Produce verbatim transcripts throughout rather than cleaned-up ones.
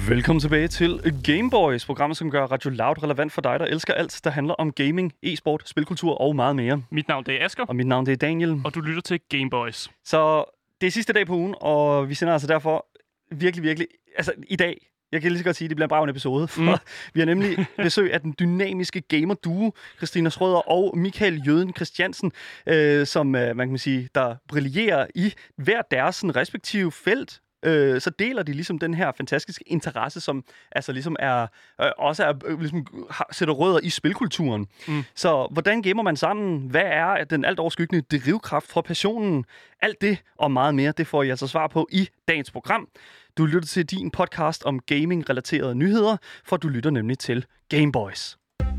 Velkommen tilbage til Gameboys, programmet, som gør Radio Loud relevant for dig, der elsker alt, der handler om gaming, e-sport, spilkultur og meget mere. Mit navn det er Asger. Og mit navn det er Daniel. Og du lytter til Gameboys. Så det er sidste dag på ugen, og vi sender altså derfor virkelig, virkelig... Altså i dag, jeg kan lige så godt sige, at det bliver en brav episode, for mm. vi har nemlig besøg af den dynamiske gamer-duo, Christina Schrøder og Michael Jøden Christiansen, øh, som øh, man kan sige, der brillerer i hver deres sådan, respektive felt. Øh, så deler de ligesom den her fantastiske interesse, som altså ligesom er øh, også er, øh, ligesom, har, sætter rødder i spilkulturen. Mm. Så hvordan gamer man sammen? Hvad er den alt overskyggende drivkraft fra passionen? Alt det og meget mere, det får I altså svar på i dagens program. Du lytter til din podcast om gaming-relaterede nyheder, for du lytter nemlig til Gameboys.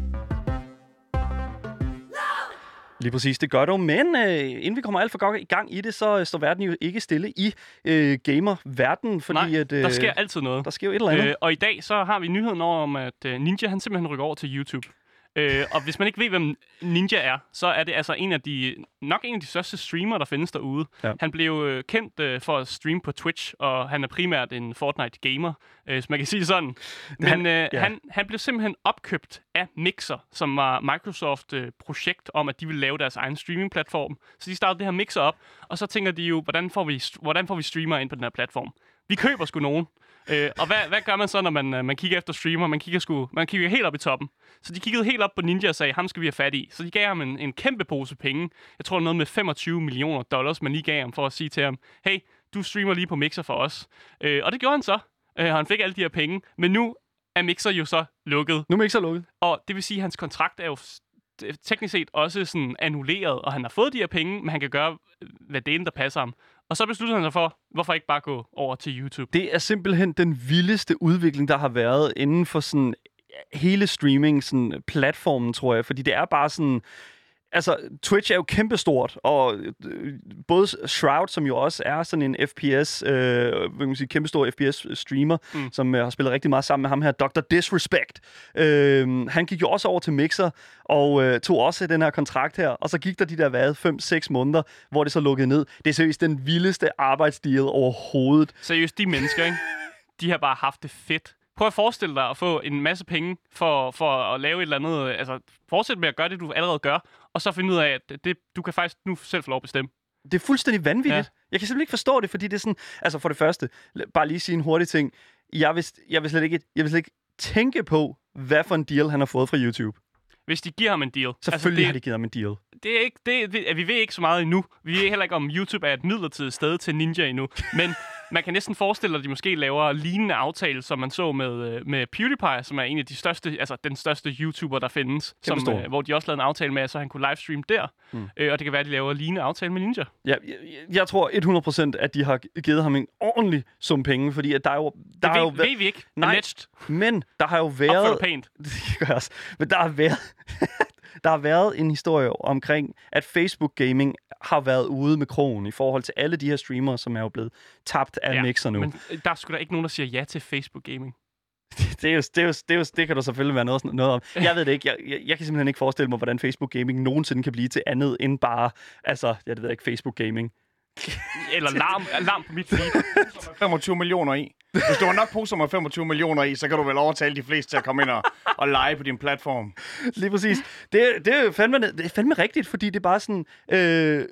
Lige præcis, det gør du. Men øh, inden vi kommer alt for godt i gang i det, så øh, står verden jo ikke stille i øh, gamer-verdenen. Fordi Nej, at, øh, der sker altid noget. Der sker jo et eller andet. Øh, og i dag så har vi nyheden over, om at øh, Ninja han simpelthen rykker over til YouTube. Øh, og hvis man ikke ved, hvem Ninja er, så er det altså en af de, nok en af de største streamere, der findes derude. Ja. Han blev øh, kendt øh, for at streame på Twitch, og han er primært en Fortnite-gamer, øh, så man kan sige sådan. Men han, øh, ja. han, han blev simpelthen opkøbt af Mixer, som var Microsoft øh, projekt om, at de ville lave deres egen streaming-platform. Så de startede det her Mixer op, og så tænker de jo, hvordan får vi, hvordan får vi streamere ind på den her platform? Vi køber sgu nogen. Øh, og hvad, hvad gør man så, når man, øh, man kigger efter streamer? Man kigger, sgu, man kigger helt op i toppen. Så de kiggede helt op på Ninja og sagde, ham skal vi have fat i. Så de gav ham en, en kæmpe pose penge. Jeg tror, det er noget med femogtyve millioner dollars, man lige gav ham for at sige til ham, hey, du streamer lige på Mixer for os. Øh, og det gjorde han så. Øh, og han fik alle de her penge. Men nu er Mixer jo så lukket. Nu er Mixer lukket. Og det vil sige, at hans kontrakt er jo teknisk set også sådan annulleret, og han har fået de her penge, men han kan gøre, hvad det er, der passer ham. Og så besluttede han sig for, hvorfor ikke bare gå over til YouTube? Det er simpelthen den vildeste udvikling, der har været inden for sådan hele streaming sådan platformen, tror jeg. Fordi det er bare sådan... Altså, Twitch er jo kæmpestort, og øh, både Shroud, som jo også er sådan en F P S, øh, hvad kan man sige, kæmpestor F P S-streamer, mm. som øh, har spillet rigtig meget sammen med ham her, doktor Disrespect. Øh, han gik jo også over til Mixer, og øh, tog også den her kontrakt her, og så gik der de der, hvad, fem seks måneder, hvor det så lukkede ned. Det er seriøst den vildeste arbejdsdeal overhovedet. Seriøst, de mennesker, ikke? De har bare haft det fedt. Prøv at forestille dig at få en masse penge for, for at lave et eller andet. Altså, fortsæt med at gøre det, du allerede gør, og så finde ud af, at det, du kan faktisk nu selv få lov at bestemme. Det er fuldstændig vanvittigt. Ja. Jeg kan simpelthen ikke forstå det, fordi det er sådan... Altså, for det første, bare lige sige en hurtig ting. Jeg vil, jeg vil, slet, ikke, jeg vil slet ikke tænke på, hvad for en deal han har fået fra YouTube. Hvis de giver ham en deal. Selvfølgelig altså, det, har de givet ham en deal. Det er ikke, det, det, vi ved ikke så meget endnu. Vi ved heller ikke, om YouTube er et midlertidigt sted til Ninja endnu. Men man kan næsten forestille sig, at de måske laver lignende aftaler, som man så med, med PewDiePie, som er en af de største, altså den største YouTuber, der findes. Som, øh, hvor de også lavede en aftale med, så han kunne livestream der. Mm. Øh, og det kan være, at de laver lignende aftale med Ninja. Ja, jeg, jeg tror hundrede procent, at de har givet ham en ordentlig sum penge, fordi at der er jo... Der det ved, jo ved, ved vi ikke. Nej, Alleged. men der har jo været... Opfør pænt. Det gør jeg også. Men der har været... Der har været en historie omkring, at Facebook Gaming har været ude med krogen i forhold til alle de her streamere, som er jo blevet tabt af ja, Mixer nu. Men der er sgu da ikke nogen, der siger ja til Facebook Gaming. det, er jo, det, er jo, det, er jo, det kan der selvfølgelig være noget, noget om. Jeg ved det ikke. Jeg, jeg, jeg kan simpelthen ikke forestille mig, hvordan Facebook Gaming nogensinde kan blive til andet end bare, altså, jeg ved ikke, Facebook Gaming. Eller larm, larm på mit feed. femogtyve millioner i. Hvis du har nok poser med femogtyve millioner i, så kan du vel overtale de fleste til at komme ind og, og lege på din platform. Lige præcis. Det, det, er fandme, det er fandme rigtigt, fordi det er bare sådan... Øh,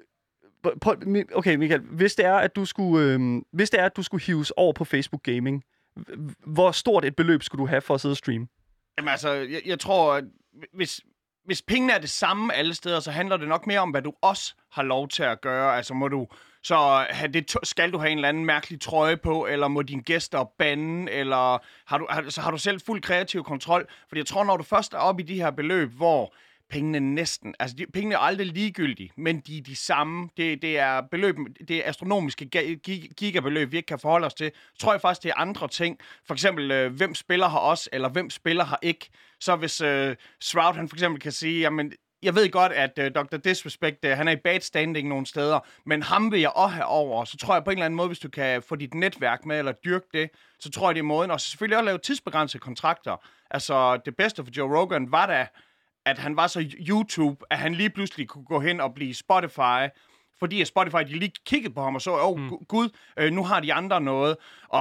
okay, Michael. Hvis det er, at du skulle, øh, hvis det er, at du skulle hives over på Facebook Gaming, hvor stort et beløb skulle du have for at sidde og streame? Jamen altså, jeg, jeg tror, at hvis... Hvis pengene er det samme alle steder, så handler det nok mere om, hvad du også har lov til at gøre. Altså må du så have det, skal du have en eller anden mærkelig trøje på, eller må dine gæster bande, eller har du, har, så har du selv fuld kreativ kontrol. Fordi jeg tror, når du først er oppe i de her beløb, hvor pengene næsten, altså de, pengene er aldrig ligegyldige, men de er de samme. Det, det er beløb, det er astronomiske gigabeløb, vi ikke kan forholde os til. Så tror jeg faktisk, det er andre ting. For eksempel, øh, hvem spiller her også, eller hvem spiller her ikke. Så hvis øh, Shroud, han for eksempel kan sige, jamen, jeg ved godt, at øh, doktor Disrespect, øh, han er i bad standing nogle steder, men ham vil jeg også have over. Så tror jeg på en eller anden måde, hvis du kan få dit netværk med, eller dyrke det, så tror jeg, det er måden. Og så selvfølgelig også lave tidsbegrænsede kontrakter. Altså, det bedste for Joe Rogan var da, at han var så YouTube, at han lige pludselig kunne gå hen og blive Spotify, fordi at Spotify de lige kiggede på ham og så, åh oh, mm. gud, øh, nu har de andre noget. Og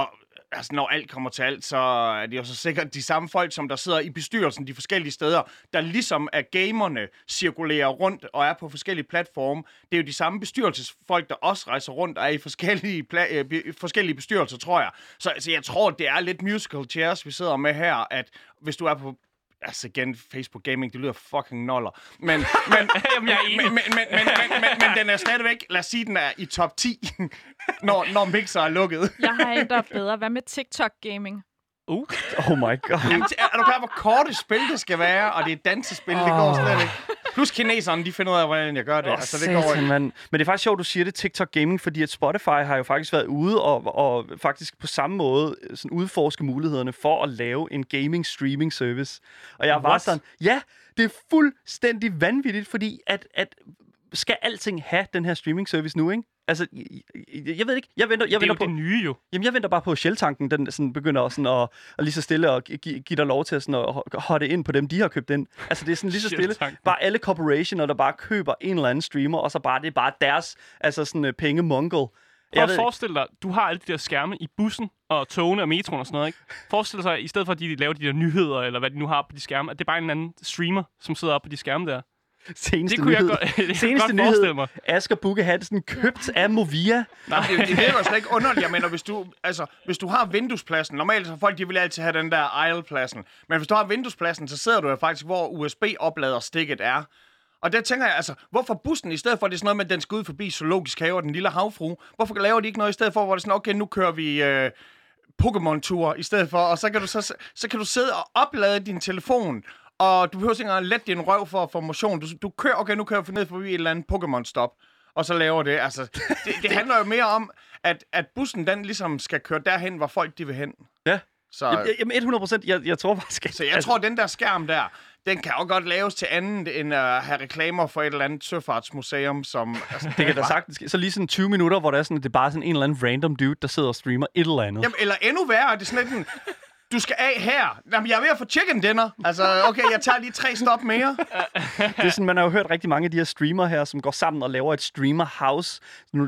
altså, når alt kommer til alt, så er det jo så sikkert de samme folk, som der sidder i bestyrelsen de forskellige steder, der ligesom er gamerne cirkulerer rundt og er på forskellige platforme. Det er jo de samme bestyrelsesfolk, der også rejser rundt og er i forskellige, pla- øh, be- forskellige bestyrelser, tror jeg. Så altså, jeg tror, det er lidt musical chairs, vi sidder med her, at hvis du er på altså igen, Facebook Gaming, det lyder fucking noller. Men, men, Jamen, jeg er enig. men, men, men, men, men, men, men den er stadigvæk, lad os sige, den er i top ti, når, når Mixer er lukket. Jeg har en, der er bedre. Hvad med TikTok Gaming? Uh. Oh my god. Jamen, er du klar, hvor kort et spil det skal være? Og det er et dansespil, oh. det går slet ikke. Plus kineserne, de finder ud af, hvordan jeg gør det. Oh, altså, det går satan, man. Men det er faktisk sjovt, du siger det, TikTok Gaming, fordi at Spotify har jo faktisk været ude og, og faktisk på samme måde sådan udforske mulighederne for at lave en gaming streaming service. Og jeg var sådan, ja, det er fuldstændig vanvittigt, fordi at, at skal alting have den her streaming service nu, ikke? Altså, jeg, jeg ved ikke. Jeg venter, jeg det er venter jo på, det nye, jo. Jamen, jeg venter bare på, at Shell-tanken den sådan begynder sådan at, at lige så stille og give, give dig lov til at, sådan at hotte ind på dem, de har købt ind. Altså, det er sådan lige så stille. Bare alle corporationer, der bare køber en eller anden streamer, og så bare det er bare deres altså sådan uh, penge-mongle. Prøv at forestille dig, du har alle de der skærme i bussen og togene og metroen og sådan noget, ikke? Forestil dig, i stedet for at de laver de der nyheder, eller hvad de nu har på de skærme, at det er bare en anden streamer, som sidder oppe på de skærme der. Seneste det kunne nyhed. jeg godt, det Seneste godt nyhed. mig. Asger Bukke Hansen købt af Movia. Nej, det, det er jo slet ikke underligt. Jeg mener, hvis du, altså, hvis du har vinduespladsen, normalt så folk, de vil altid have den der aisle-pladsen. Men hvis du har vinduespladsen, så sidder du jo faktisk, hvor U S B-opladerstikket er. Og der tænker jeg, altså, hvorfor bussen, i stedet for, at det er sådan noget med, at den skal ud forbi Zoologisk Have og den lille havfru, hvorfor laver de ikke noget i stedet for, hvor det er sådan, okay, nu kører vi øh, Pokémon-tur i stedet for, og så kan, du så, så kan du sidde og oplade din telefon, og du behøver ikke engang lette din røv for at få motion. Du, du kører, okay, nu kører jeg ned forbi et eller andet Pokémon-stop, og så laver det. Altså, det, det handler jo mere om, at, at bussen, den ligesom skal køre derhen, hvor folk de vil hen. Ja, så, jamen hundrede procent. Jeg, jeg tror faktisk... Så jeg altså, tror, at den der skærm der, den kan jo godt laves til andet, end at have reklamer for et eller andet søfartsmuseum, som... Altså, det kan da sagtens ske. Så lige sådan tyve minutter, hvor der er sådan, det er bare sådan en eller anden random dude, der sidder og streamer et eller andet. Jamen, eller endnu værre, det er sådan en... Du skal af her. Jamen, jeg er ved at få chicken dinner. Altså, okay, jeg tager lige tre stop mere. Det er sådan, man har jo hørt rigtig mange af de her streamer her, som går sammen og laver et streamer house.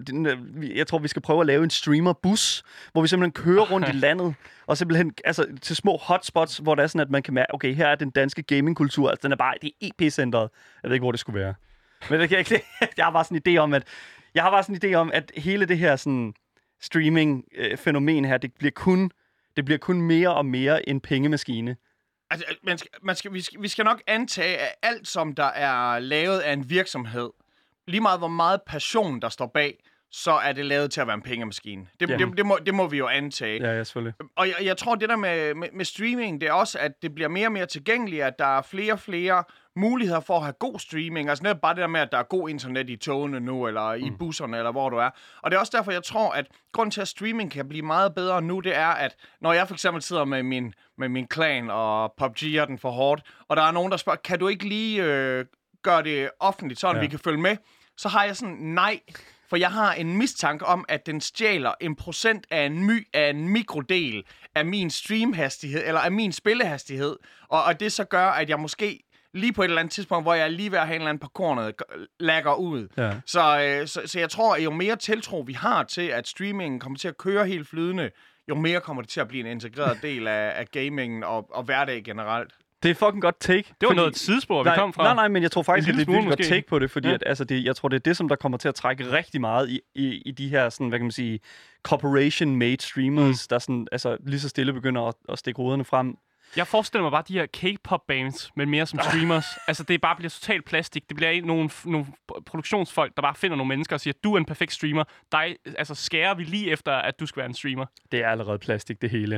Jeg tror, vi skal prøve at lave en streamer bus, hvor vi simpelthen kører rundt i landet, og simpelthen altså, til små hotspots, hvor der er sådan, at man kan mærke, okay, her er den danske gamingkultur. Altså, den er bare, det er E P-centret. Jeg ved ikke, hvor det skulle være. Men det kan jeg, ikke, jeg har bare sådan en idé om, at jeg har bare sådan en idé om, at hele det her sådan streaming-fænomen her, det bliver kun Det bliver kun mere og mere en pengemaskine. Altså, man skal, man skal, vi, skal, vi skal nok antage, at alt, som der er lavet af en virksomhed, lige meget hvor meget passion, der står bag, så er det lavet til at være en pengemaskine. Det, ja. det, det, må, det må vi jo antage. Ja, ja, selvfølgelig. Og jeg, jeg tror, det der med, med, med streaming, det er også, at det bliver mere og mere tilgængeligt, at der er flere og flere muligheder for at have god streaming. Altså netop bare det der med, at der er god internet i togene nu, eller i busserne, eller hvor du er. Og det er også derfor, jeg tror, at grunden til, at streaming kan blive meget bedre nu, det er, at når jeg for eksempel sidder med min, med min clan og P U B G'er den for hårdt, og der er nogen, der spørger, kan du ikke lige øh, gøre det offentligt, så ja. vi kan følge med? Så har jeg sådan, nej, for jeg har en mistanke om, at den stjæler en procent af en my, af en mikrodel af min streamhastighed, eller af min spillehastighed, og, og det så gør, at jeg måske lige på et eller andet tidspunkt, hvor jeg er lige ved at have en eller anden på kornet, lagger ud. Ja. Så, øh, så, så jeg tror, at jo mere tiltro vi har til, at streamingen kommer til at køre helt flydende, jo mere kommer det til at blive en integreret del af, af gamingen og, og hverdag generelt. Det er fucking godt take. Det var fordi, noget et sidespor, vi nej, kom fra. Nej, nej, men jeg tror faktisk, at det er virkelig godt take på det, fordi ja. at, altså, det, jeg tror, det er det, som der kommer til at trække rigtig meget i, i, i de her, sådan, hvad kan man sige, corporation-made streamers, mm. der sådan, altså, lige så stille begynder at, at stikke ruderne frem. Jeg forestiller mig bare de her K-pop-bands, men mere som streamers. altså, det bare bliver totalt plastik. Det bliver nogle, nogle produktionsfolk, der bare finder nogle mennesker og siger, du er en perfekt streamer. Dig, altså, skærer vi lige efter, at du skal være en streamer. Det er allerede plastik, det hele.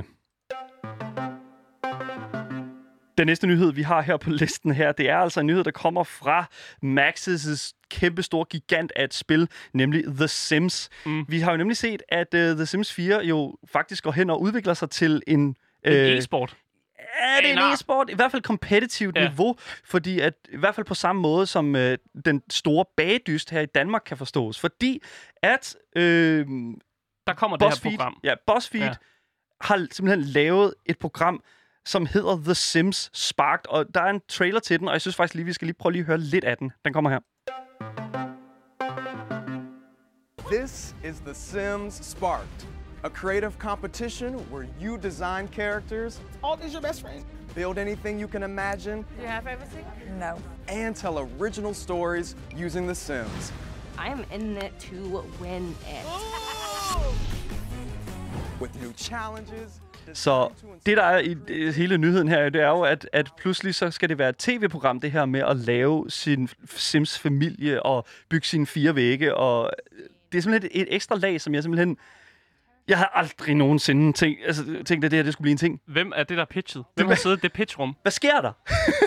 Den næste nyhed, vi har her på listen her, det er altså en nyhed, der kommer fra Maxis' kæmpestore gigant af et spil, nemlig The Sims. Mm. Vi har jo nemlig set, at uh, The Sims fire jo faktisk går hen og udvikler sig til en... En uh, e-sport. Ja, det er en e-sport. I hvert fald kompetitivt ja. niveau, fordi at i hvert fald på samme måde som øh, den store bagedyst her i Danmark kan forstås. Fordi at... Øh, der kommer BuzzFeed, det her program. Ja, BuzzFeed ja. har simpelthen lavet et program, som hedder The Sims Sparked, og der er en trailer til den, og jeg synes faktisk lige, vi skal lige prøve lige at høre lidt af den. Den kommer her. This is The Sims Sparked, A creative competition where you design characters. Oh, these are your best friends. Build anything you can imagine. Do you have everything? No. And tell original stories using The Sims. I'm in it to win it. With new challenges. Så det, der er i hele nyheden her, det er jo, at, at pludselig så skal det være et tv-program, det her med at lave sin Sims-familie og bygge sine fire vægge. Og det er simpelthen et, et ekstra lag, som jeg simpelthen... Jeg har aldrig nogensinde tænkt, altså, tænkt, at det her det skulle blive en ting. Hvem er det, der er pitchet? Hvem har siddet i det pitchrum? Hvad sker der?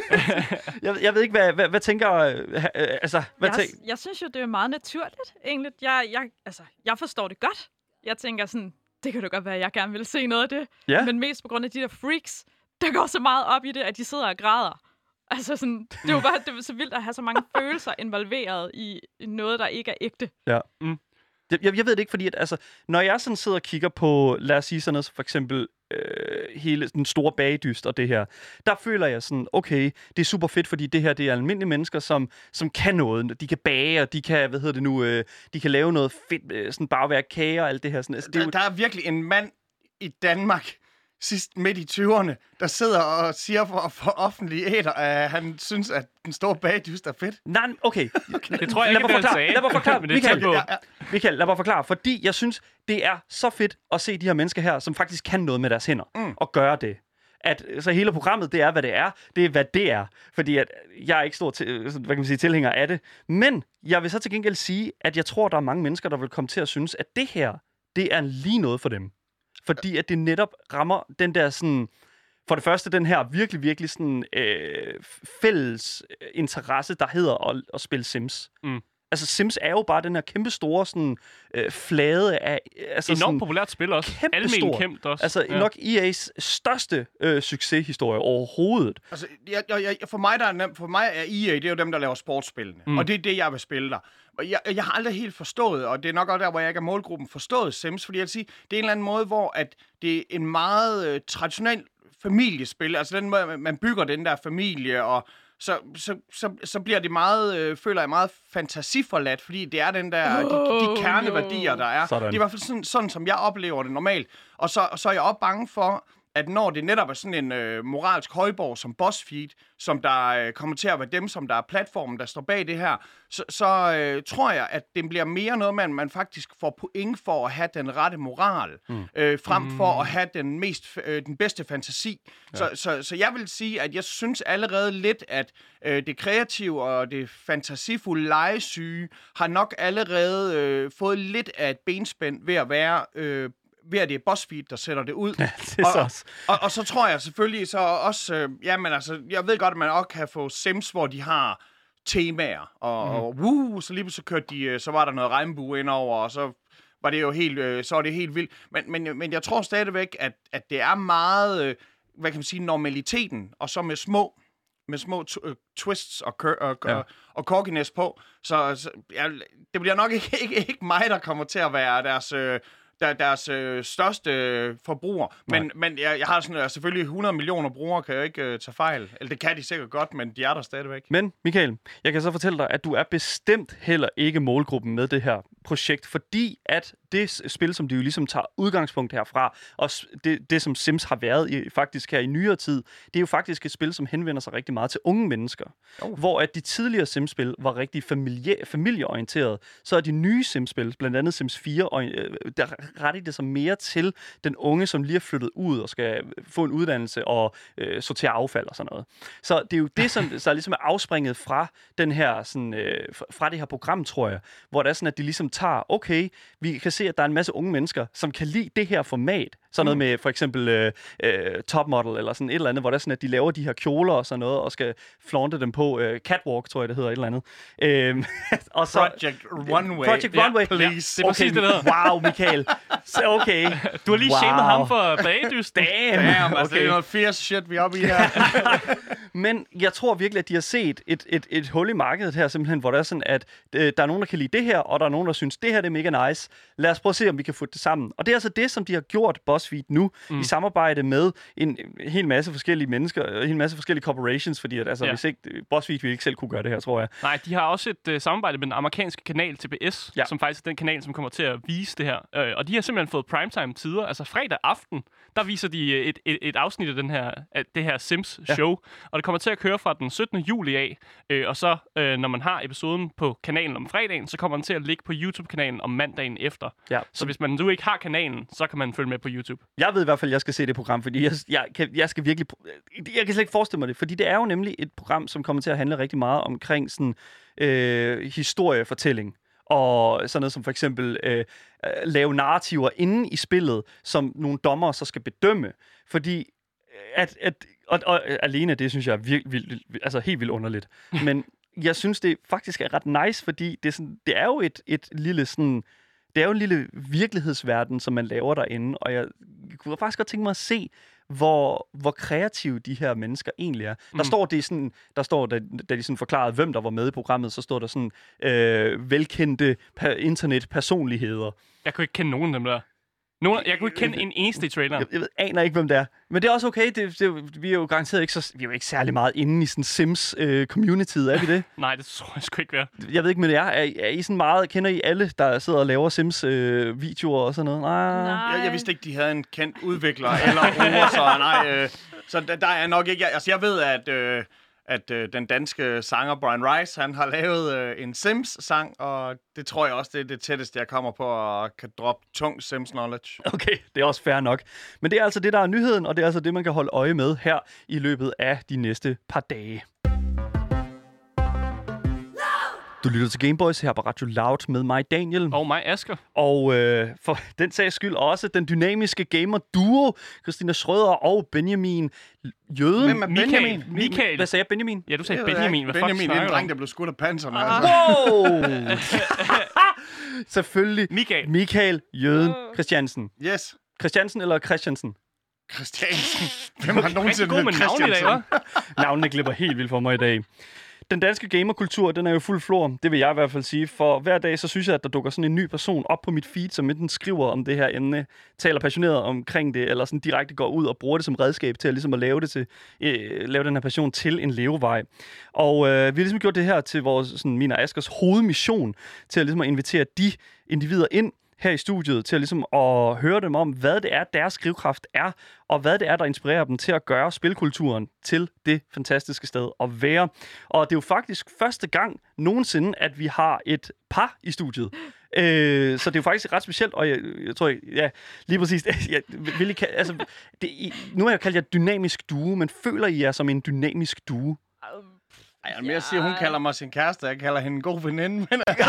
jeg, jeg ved ikke, hvad, hvad, hvad tænker... Øh, altså, hvad jeg, tænk... jeg synes jo, det er meget naturligt, egentlig. Jeg, jeg, altså, jeg forstår det godt. Jeg tænker sådan, det kan da godt være, at jeg gerne vil se noget af det. Ja. Men mest på grund af de der freaks, der går så meget op i det, at de sidder og græder. Altså sådan, det er jo bare det er så vildt at have så mange følelser involveret i, i noget, der ikke er ægte. Ja. Mm. Jeg, jeg ved det ikke, fordi at, altså, når jeg sådan sidder og kigger på, lad os sige sådan noget, for eksempel øh, hele den store bagdyst og det her, der føler jeg sådan, okay, det er super fedt, fordi det her, det er almindelige mennesker, som, som kan noget. De kan bage, og de kan, hvad hedder det nu, øh, de kan lave noget fedt, øh, sådan bare være kager og alt det her. Sådan, altså, det er jo... der, der er virkelig en mand i Danmark, sidst midt i tyverne, der sidder og siger for, for offentlige æder, at han synes, at den store bagdyst er fedt. Nej, okay. okay. Det tror jeg lad ikke, mig forklare. Lad mig forklare. Men det Michael, ja, ja. Michael, lad mig forklare. Fordi jeg synes, det er så fedt at se de her mennesker her, som faktisk kan noget med deres hænder, mm. og gøre det. At så hele programmet, det er, hvad det er. Det er, hvad det er. Fordi at jeg er ikke stor til, hvad kan man sige, tilhænger af det. Men jeg vil så til gengæld sige, at jeg tror, der er mange mennesker, der vil komme til at synes, at det her, det er lige noget for dem. Fordi at det netop rammer den der sådan... For det første, den her virkelig, virkelig sådan øh, fælles interesse, der hedder at, at spille Sims. Mm. Altså, Sims er jo bare den her kæmpe store sådan, øh, flade af... Altså, enormt sådan, populært spil også. Almen kæmt også. Altså, ja. Nok E A's største øh, succeshistorie overhovedet. Altså, jeg, jeg, jeg, for, mig, der er nem, for mig er E A, det er jo dem, der laver sportsspillene. Mm. Og det er det, jeg vil spille der. Og jeg, jeg har aldrig helt forstået, og det er nok også der, hvor jeg ikke er målgruppen, forstået Sims, fordi jeg vil sige, det er en eller anden måde, hvor at det er en meget øh, traditionel familiespil. Altså, den måde, man bygger den der familie, og Så, så, så, så bliver det meget, øh, føler jeg, meget fantasiforladt, fordi det er den der, de, de kerneværdier, der er. Sådan. Det er i hvert fald sådan, sådan, som jeg oplever det normalt. Og så, så er jeg også bange for, at når det netop er sådan en øh, moralsk højborg som BuzzFeed, som der øh, kommer til at være dem, som der er platformen, der står bag det her, så, så øh, tror jeg, at det bliver mere noget med, at man faktisk får point for at have den rette moral, mm. øh, frem mm. for at have den mest, øh, den bedste fantasi. Ja. Så, så, så jeg vil sige, at jeg synes allerede lidt, at øh, det kreative og det fantasifulde legesyge har nok allerede øh, fået lidt af et benspænd ved at være... Øh, ved at det er BuzzFeed, der sætter det ud. Ja, det er og, så også. Og, og, og så tror jeg selvfølgelig så også, øh, jamen altså, jeg ved godt, at man også kan få Sims, hvor de har temaer, og, mm. og woo, så lige så kørte de, så var der noget regnbue indover, og så var det jo helt, øh, så var det helt vildt. Men, men, men jeg tror stadigvæk, at, at det er meget, øh, hvad kan man sige, normaliteten, og så med små, med små t- uh, twists og, kø- og, ja. og, og corkiness på. Så, så ja, det bliver nok ikke, ikke, ikke mig, der kommer til at være deres... Øh, Der, deres øh, største øh, forbruger. Men, men jeg, jeg har sådan, øh, selvfølgelig hundrede millioner brugere, kan jeg ikke øh, tage fejl. Eller det kan de sikkert godt, men de er der stadigvæk. Men Michael, jeg kan så fortælle dig, at du er bestemt heller ikke målgruppen med det her projekt, fordi at det spil, som de jo ligesom tager udgangspunkt herfra, og det, det som Sims har været i, faktisk her i nyere tid, det er jo faktisk et spil, som henvender sig rigtig meget til unge mennesker. Oh. Hvor at de tidligere Sims-spil var rigtig familie, familieorienteret, så er de nye Sims-spil, blandt andet Sims fire, og, øh, der retter det sig mere til den unge, som lige er flyttet ud og skal få en uddannelse og øh, sortere affald og sådan noget. Så det er jo det, som så ligesom er afspringet fra den her sådan, øh, fra det her program, tror jeg, hvor det er sådan, at de ligesom tager, okay, vi kan se, at der er en masse unge mennesker, som kan lide det her format. Sådan noget med for eksempel øh, øh, Topmodel eller sådan et eller andet, hvor det er sådan, at de laver de her kjoler og sådan noget, og skal flaunte dem på øh, Catwalk, tror jeg, det hedder et eller andet. Øh, og så, Project Runway. Project Runway. Yeah, please. Ja, det er præcis okay, det der. Wow, Michael. Så okay. Du har lige wow. shamed ham for bagdyst. Damn. Damn, altså, okay. det er noget fierce shit, vi er oppe i her. Men jeg tror virkelig, at de har set et, et, et hul i markedet her, simpelthen, hvor der er sådan, at øh, der er nogen, der kan lide det her, og der er nogen, der synes, det her det er mega nice. Lad os prøve at se, om vi kan få det sammen. Og det er altså det, som de har gjort BuzzFeed nu, mm. i samarbejde med en, en hel masse forskellige mennesker, en hel masse forskellige corporations, fordi at, altså, ja. hvis ikke, BuzzFeed ville ikke selv kunne gøre det her, tror jeg. Nej, de har også et uh, samarbejde med den amerikanske kanal T B S, ja. som faktisk er den kanal, som kommer til at vise det her. Uh, og de har simpelthen simpelthen fået primetime-tider. Altså fredag aften, der viser de et, et, et afsnit af, den her, af det her Sims-show. Ja. Og det kommer til at køre fra den syttende juli af. Øh, og så, øh, når man har episoden på kanalen om fredagen, så kommer den til at ligge på YouTube-kanalen om mandagen efter. Ja. Så hvis man nu ikke har kanalen, så kan man følge med på YouTube. Jeg ved i hvert fald, at jeg skal se det program, fordi jeg, jeg, kan, jeg skal virkelig... Jeg kan slet ikke forestille mig det, fordi det er jo nemlig et program, som kommer til at handle rigtig meget omkring sådan øh, historiefortælling. Og sådan noget som for eksempel øh, lave narrativer inde i spillet, som nogle dommere så skal bedømme. Fordi at, at og, og alene det synes jeg er virkelig, vildt, altså helt vildt underligt. Men jeg synes det faktisk er ret nice, fordi det er, sådan, det er jo et, et lille sådan, det er jo en lille virkelighedsverden, som man laver derinde, og jeg kunne faktisk godt tænke mig at se, hvor, hvor kreative de her mennesker egentlig er. Der mm. står det sådan, der står, da, da de sådan forklarede, hvem der var med i programmet, så står der sådan øh, velkendte per- internetpersonligheder. Jeg kunne ikke kende nogen af dem der. Nogen, jeg kunne ikke kende en eneste i traileren. Jeg, jeg ved, aner ikke, hvem det er. Men det er også okay. Det, det, vi er jo garanteret ikke så... Vi er jo ikke særlig meget inde i sådan Sims-communityet, øh, er vi det? Nej, det tror jeg sgu ikke være. Jeg ved ikke, men jeg er, er I sådan meget... Kender I alle, der sidder og laver Sims-videoer øh, og sådan noget? Nej. nej. Jeg, jeg vidste ikke, de havde en kendt udvikler eller bruger, så nej. Øh, så der, der er nok ikke... Altså, jeg ved, at... Øh, at øh, den danske sanger Brian Rice, han har lavet øh, en Sims-sang, og det tror jeg også, det er det tætteste, jeg kommer på at kan droppe tung Sims-knowledge. Okay, det er også fair nok. Men det er altså det, der er nyheden, og det er altså det, man kan holde øje med her i løbet af de næste par dage. Du lytter til Gameboys her på Radio Loud med mig, Daniel. Og mig, Asger. Og øh, for den sags skyld også den dynamiske gamer-duo, Christina Schrøder og Benjamin Jøden. Hvem er Benjamin? Michael. Michael. Hvad sagde jeg, Benjamin? Ja, du sagde Benjamin. Hvad Benjamin, det er en dreng, der der blev skudt af panserne. Ah. Altså. Wow! Selvfølgelig. Michael. Michael Jøden Christiansen. Yes. Christiansen eller Christiansen? Christiansen. Hvem har nogensinde god med navn i dag, hva'? Navnene glipper helt vildt for mig i dag. Den danske gamerkultur, den er jo fuld flor, det vil jeg i hvert fald sige. For hver dag, så synes jeg, at der dukker sådan en ny person op på mit feed, som enten skriver om det her emne, taler passioneret omkring det, eller sådan direkte går ud og bruger det som redskab til at, ligesom at lave, det til, øh, lave den her passion til en levevej. Og øh, vi har ligesom gjort det her til vores, sådan, min og Askers hovedmission, til at, ligesom at invitere de individer ind her i studiet, til at, ligesom at høre dem om, hvad det er, deres skrivekraft er, og hvad det er, der inspirerer dem til at gøre spilkulturen til det fantastiske sted at være. Og det er jo faktisk første gang nogensinde, at vi har et par i studiet. Øh, så det er jo faktisk ret specielt, og jeg, jeg tror, jeg, ja, lige præcis, jeg, vil I, altså, det, nu har jeg kaldt jer dynamisk duo, men føler I jer som en dynamisk duo? Ej, jeg mere siger, hun kalder mig sin kæreste, jeg kalder hende en god veninde. Men... Ej,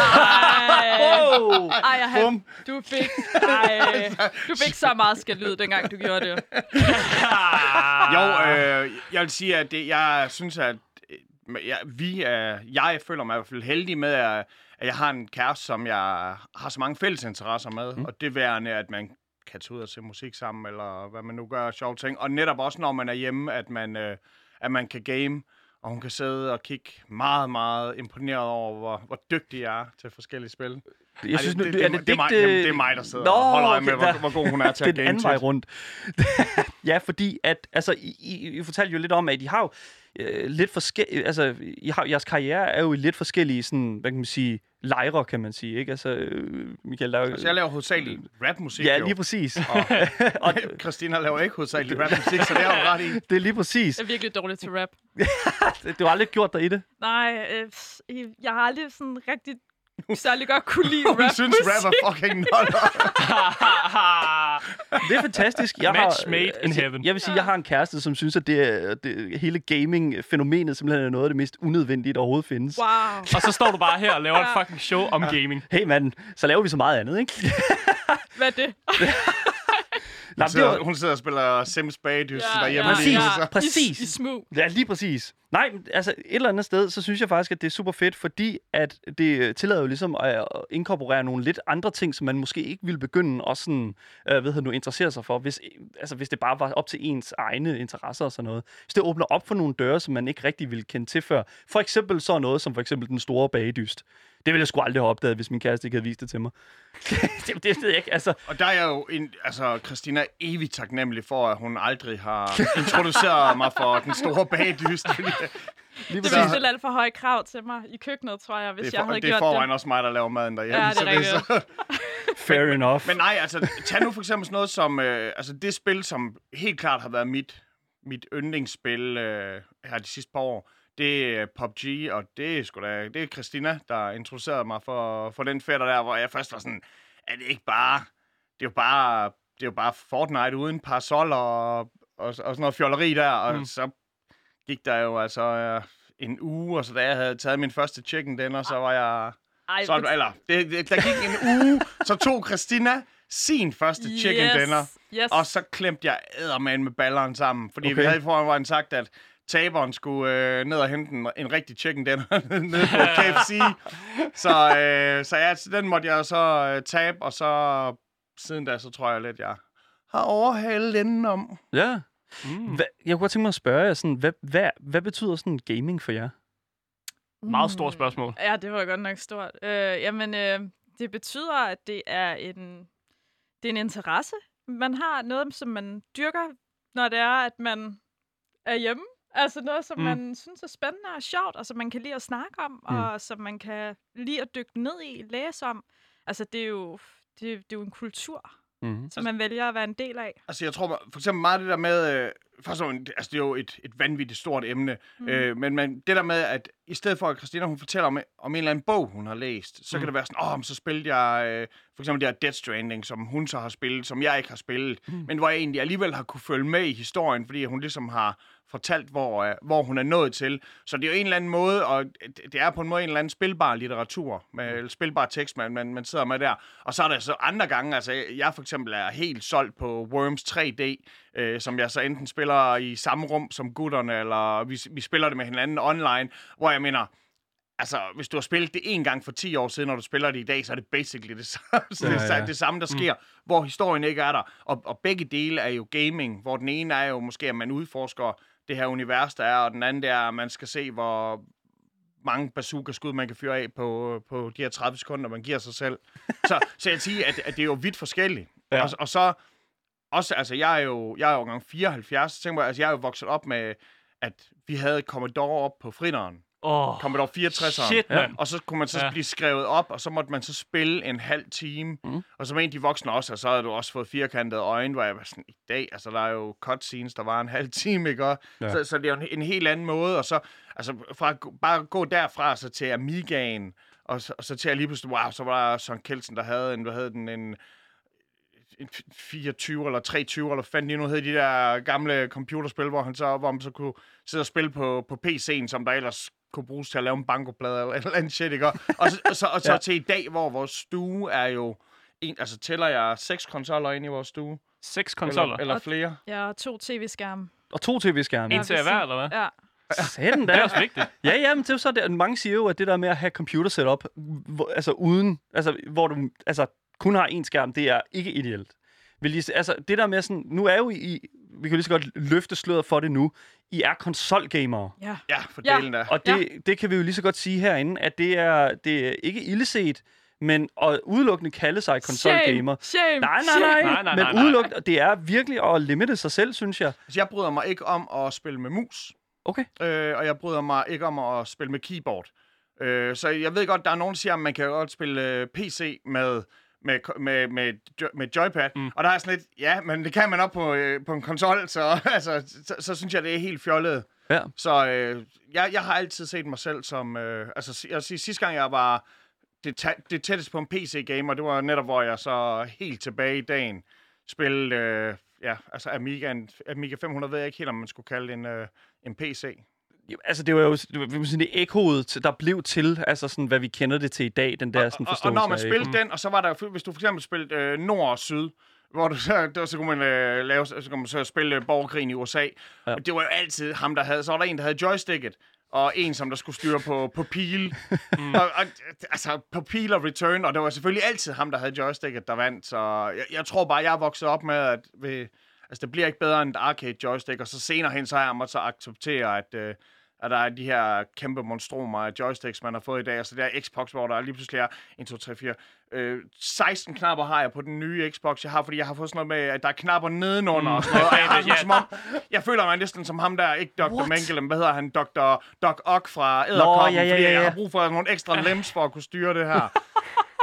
ej han, du fik, ej, du fik så meget skældud, dengang du gjorde det. Jo, øh, jeg vil sige, at det, jeg synes, at jeg, vi er, jeg føler mig i hvert fald heldig med, at, at jeg har en kæreste, som jeg har så mange fælles interesser med. Mm. Og det værende, at man kan tage ud og se musik sammen, eller hvad man nu gør, sjove ting. Og netop også, når man er hjemme, at man, øh, at man kan game. Og hun kan sidde og kigge meget, meget imponeret over, hvor, hvor dygtig jeg er til forskellige spil. Jeg synes, Ej, det, det, det, det, det, er mig, det, det er mig, der sidder Nå, og holder øje med, okay, hvor, hvor god hun er til at game. Det er den anden vej rundt. Ja, fordi at, altså, I, I, I fortalte jo lidt om, at I har jo øh, lidt forskellige, altså, I har, jeres karriere er jo i lidt forskellige, sådan, hvad kan man sige, lejre, kan man sige, ikke? Altså, Michael, der er jo... Altså, jeg laver hovedsageligt rapmusik, ja, jo. lige præcis. Og, og Christina laver ikke hovedsageligt rapmusik, så det er jo ret i. Det er lige præcis. Jeg er virkelig dårlig til rap. Du har aldrig gjort dig i det? Nej, øh, jeg har aldrig sådan rigtig særlig godt kunne lide rap. Hun synes, rap er fucking noller. Det er fantastisk. Jeg Match har, made in heaven. Jeg vil sige, jeg har en kæreste, som synes, at det, er, det hele gaming-fænomenet simpelthen er noget af det mest unødvendige, der overhovedet findes. Wow. Og så står du bare her og laver et fucking show om gaming. Hey mand, så laver vi så meget andet, ikke? Hvad er det? Hun sidder, hun sidder og spiller Sims Bagedysten ja, derhjemme. Præcis, ja. ja. præcis. I, i smug. Ja, lige præcis. Nej, altså et eller andet sted, så synes jeg faktisk, at det er super fedt, fordi at det tillader jo ligesom at inkorporere nogle lidt andre ting, som man måske ikke ville begynde at sådan, øh, ved du, interessere sig for, hvis, altså, hvis det bare var op til ens egne interesser og sådan noget. Hvis det åbner op for nogle døre, som man ikke rigtig ville kende til før. For eksempel sådan noget som for eksempel den store bagedyst. Det ville jeg sgu aldrig have opdaget, hvis min kæreste ikke havde vist det til mig. det, det ved jeg ikke, altså. Og der er jeg jo, en, altså, Christina er evigt taknemmelig for, at hun aldrig har introduceret mig for den store bagdyst. Det ville stille alt for høje krav til mig i køkkenet, tror jeg, hvis for, jeg havde det gjort det. Det er forvejen også mig, der laver maden derhjemme. Ja, det er rigtigt. Fair men, enough. Men nej, altså, tag nu for eksempel sådan noget som, øh, altså det spil, som helt klart har været mit, mit yndlingsspil øh, her de sidste par år, det er P U B G, og det er sgu da, det er Christina, der introducerede mig for, for den fætter der, hvor jeg først var sådan, er det ikke bare, det er jo bare, det er jo bare Fortnite uden parasol og, og, og sådan noget fjolleri der, og mm. så gik der jo altså øh, en uge, og så da jeg havde taget min første chicken dinner, så var jeg... Ej, Så, eller, det, det, der gik en uge, så tog Christina sin første chicken yes, dinner, yes. og så klemte jeg eddermand med balleren sammen. Fordi Okay. vi havde i forvejen sagt, at taberen skulle øh, ned og hente en, en rigtig chicken dinner nede på K F C. så, øh, så ja, den måtte jeg så øh, tabe, og så siden da, så tror jeg lidt, jeg har overhalet enden om. Ja. Mm. Hva, jeg kunne godt tænke mig at spørge jer, sådan, hvad, hvad, hvad betyder sådan gaming for jer? Meget stort spørgsmål. Ja, det var godt nok stort. Øh, jamen, øh, det betyder, at det er en, det er en interesse. Man har noget, som man dyrker, når det er, at man er hjemme. Altså noget, som mm. man synes er spændende og sjovt, og som man kan lide at snakke om, mm. og som man kan lide at dykke ned i, læse om. Altså, det er jo, det, det er jo en kultur, Mm-hmm. som man vælger at være en del af. Altså, jeg tror for eksempel meget det der med... Øh, først og fremmest, altså, det er jo et, et vanvittigt stort emne. Mm. Øh, men, men det der med, at i stedet for, at Christina, hun fortæller om, om en eller anden bog, hun har læst, så mm. kan det være sådan, åh, oh, så spillede jeg øh, for eksempel det her Death Stranding, som hun så har spillet, som jeg ikke har spillet. Mm. Men hvor jeg egentlig alligevel har kunne følge med i historien, fordi hun ligesom har fortalt, hvor, øh, hvor hun er nået til. Så det er jo en eller anden måde, og det er på en måde en eller anden spilbar litteratur, med, eller spilbar tekst, man, man, man sidder med der. Og så er der så andre gange, altså jeg for eksempel er helt solgt på Worms tre D, øh, som jeg så enten spiller i samme rum som gutterne, eller vi, vi spiller det med hinanden online, hvor jeg mener, altså, hvis du har spillet det en gang for ti år siden, når du spiller det i dag, så er det basically det samme, ja, ja. Det, det samme der sker, mm. hvor historien ikke er der. Og, og begge dele er jo gaming, hvor den ene er jo måske, at man udforsker det her univers, der er, og den anden er, at man skal se, hvor mange bazooka-skud, man kan fyre af på, på de her tredive sekunder, man giver sig selv. så, så jeg siger, at, at det er jo vidt forskelligt. Ja. Og, og så, også, altså, jeg er jo, jeg er jo gang fireoghalvfjerds, så tænker jeg, altså, jeg er jo vokset op med, at vi havde Commodore op på friteren. Oh, Commodore fireogtresseren. shit, man. Og så kunne man så Ja. blive skrevet op, og så måtte man så spille en halv time. Mm. Og så mente de voksne også, og så havde du også fået firkantede øjne, hvor jeg var sådan, i dag, altså der er jo cutscenes, der var en halv time, ikke? Ja. Så, så det er jo en, en helt anden måde, og så, altså fra at gå, bare gå derfra så til Amigaen, og så, og så til at lige pludselig, wow, så var der Søren Kelsen, der havde en, hvad hed den, en, en fireogtyve eller treogtyve, eller fandt lige nu hed de der gamle computerspil, hvor, han så, hvor man så kunne sidde og spille på, på P C'en, som der ellers kunne bruges til at lave en bankoplade eller et eller andet shit, ikke? Og, og, så, og, så, og så ja. til i dag, hvor vores stue er jo... En, altså, tæller jeg seks konsoller ind i vores stue? Seks konsoller? Eller, eller flere? Ja, to tv-skærme. Og to tv-skærme. En til hver, eller hvad? Ja. Sådan Det er der. også vigtigt. Ja, ja, men det er jo så det. Mange siger jo, at det der med at have computer setup, hvor, altså uden, altså hvor du altså kun har én skærm, det er ikke ideelt. Vil I, altså det der med sådan, nu er jo I, vi kan lige så godt løfte sløret for det nu, I er konsolgamere. Ja. Ja, for Ja. delen der. Og det, ja. det kan vi jo lige så godt sige herinde, at det er, det er ikke illeset, men at udelukkende kalde sig konsolgamer. Shame, shame, Nej, nej, nej, Nej, nej, men nej, nej. udelukkende, det er virkelig at limite sig selv, synes jeg. Altså, jeg bryder mig ikke om at spille med mus, Okay. øh, og jeg bryder mig ikke om at spille med keyboard. Øh, så jeg ved godt, der er nogen, der siger, at man kan godt spille øh, P C med... Med, med, med, med joypad, mm. og der er sådan lidt, ja, men det kan man op på, øh, på en konsol, så, altså, så, så synes jeg, det er helt fjollet. Ja. Så øh, jeg, jeg har altid set mig selv som, øh, altså jeg vil sige, sidste gang jeg var det, ta- det tætteste på en P C-gamer, det var netop, hvor jeg så helt tilbage i dagen spillede, øh, ja, altså Amiga, Amiga fem hundrede, ved jeg ikke helt, om man skulle kalde det en, øh, en P C. Jo, altså, det var jo det, var, det ekkoet, der blev til, altså sådan, hvad vi kender det til i dag, den der sådan og, og, forståelse og når man af spillede ekko. den, og så var der jo, hvis du for eksempel spillede øh, nord og syd, hvor du så, der, så kunne man øh, lave, så kunne man så spille øh, borgerkrigen i U S A. Ja. Og det var jo altid ham, der havde, så var der en, der havde joysticket, og en, som der skulle styre på, på pil. mm. og, og, altså, på pil og return, og det var selvfølgelig altid ham, der havde joysticket, der vandt. Så jeg, jeg tror bare, jeg er vokset op med, at ved, altså, det bliver ikke bedre end et arcade joystick, og så senere hen, så har jeg måttet så acceptere, at... Øh, at der er de her kæmpe monstromer af joysticks, man har fået i dag. Altså det er Xbox, hvor der lige pludselig er en, to, tre, fire... Øh, seksten knapper har jeg på den nye Xbox, jeg har, fordi jeg har fået sådan noget med, at der er knapper nedenunder mm. og sådan noget. Og jeg, har sådan, som om, jeg føler mig næsten som ham der, ikke doktor Mengele, men hvad hedder han? doktor Doc Ock fra Edderkoppen, ja, ja, ja, ja. fordi jeg har brug for nogle ekstra lems for at kunne styre det her.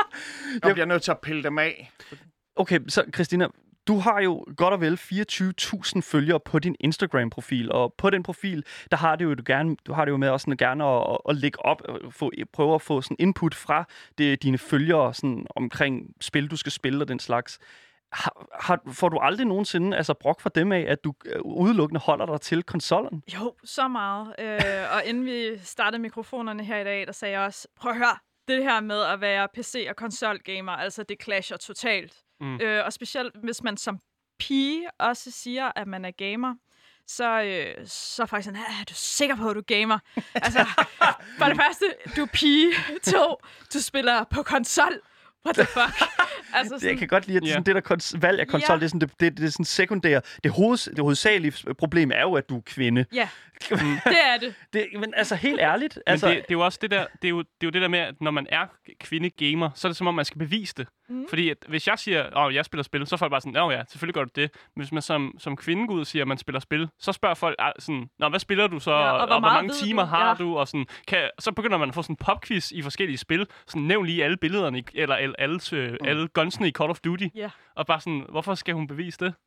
Jeg bliver nødt til at pille dem af. Okay, så Christina, du har jo godt og vel fireogtyve tusind følgere på din Instagram-profil, og på den profil, der har det jo, du, gerne, du har det jo med også sådan gerne at, at, at lægge op, og få, prøve at få sådan input fra det, dine følgere sådan omkring spil, du skal spille og den slags. Har, har, får du aldrig nogensinde altså, brok for dem af, at du udelukkende holder dig til konsollen? Jo, så meget. Øh, og inden vi startede mikrofonerne her i dag, der sagde jeg også, prøv at høre, det her med at være P C- og konsolgamer, altså det clasher totalt. Mm. Øh, og specielt hvis man som pige også siger, at man er gamer, så, øh, så er folk sådan, er du sikker på, at du gamer? Altså, for det første, du er pige. To, du spiller på konsol. What the fuck? Altså sådan, jeg kan godt lide, at yeah. sådan, det der kons- valg af konsol, yeah. det er sådan det, det, det er sådan sekundære. Det, hoveds, det hovedsagelige problem er jo, at du er kvinde. Ja, det er det. det. Men altså, helt ærligt. Altså, altså, det, det er jo også det der, det er jo, det er jo det der med, at når man er kvinde-gamer, så er det som om, man skal bevise det. Mm. Fordi at, hvis jeg siger, at jeg spiller spil, så er folk bare sådan, ja, selvfølgelig gør du det. Men hvis man som, som kvinde går ud og siger, at man spiller spil, så spørger folk sådan, nå, hvad spiller du så? Ja, og, og, hvor, og hvor mange timer du? har ja. du? Og sådan, kan, så begynder man at få sådan en popquiz i forskellige spil. Sådan, nævn lige alle billederne, eller alle, alle, øh, mm. alle gunsene i Call of Duty. Yeah. Og bare sådan, hvorfor skal hun bevise det?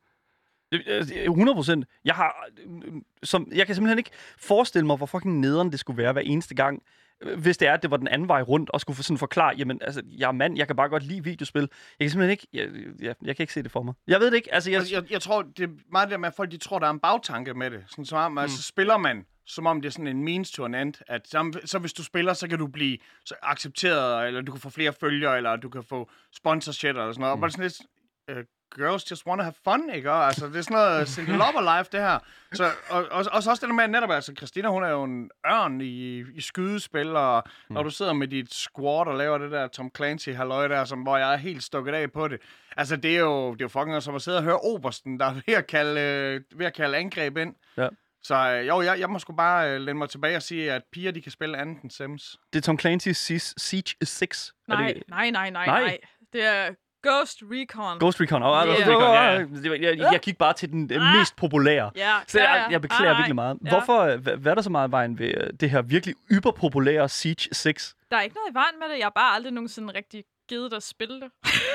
hundrede procent. Jeg har, som, jeg kan simpelthen ikke forestille mig, hvor fucking nederen det skulle være hver eneste gang, hvis det er, at det var den anden vej rundt, og skulle for sådan forklare, jamen, altså, jeg er mand, jeg kan bare godt lide videospil. Jeg kan simpelthen ikke, jeg, jeg, jeg kan ikke se det for mig. Jeg ved det ikke, altså, jeg... Altså, jeg, jeg tror, det er meget det der med, at folk, de tror, der er en bagtanke med det. Sådan, som om, mm. altså, spiller man, som om det er sådan en means to an end, at så, så hvis du spiller, så kan du blive så accepteret, eller du kan få flere følgere, eller du kan få sponsorship, eller sådan noget. Mm. Og bare sådan lidt, uh, girls just wanna have fun, ikke? Og, altså, det er sådan noget single lover life, det her. Så, og, og, og så også det der med, netop, altså, Christina, hun er jo en ørn i, i skydespil, og mm. når du sidder med dit squad og laver det der Tom Clancy-halløj der, som, hvor jeg er helt stukket af på det. Altså, det er jo, det er jo fucking som at sidde og høre Obersten, der er ved at kalde, øh, ved at kalde angreb ind. Ja. Så øh, jo, jeg, jeg må sgu bare øh, læne mig tilbage og sige, at piger, de kan spille andet end Sims. Det er Tom Clancy's Siege seks. Nej, det... nej, nej, nej, nej. Det er Ghost Recon. Ghost Recon. Oh, yeah. Recon, ja. jeg, jeg, jeg gik bare til den uh, mest populære. Ja, så jeg, jeg beklager ah, virkelig meget. Ja. Hvorfor, hvad, hvad er der så meget i vejen ved det her virkelig yberpopulære Siege seks? Der er ikke noget i vejen med det. Jeg har bare aldrig nogensinde rigtig givet at spille det.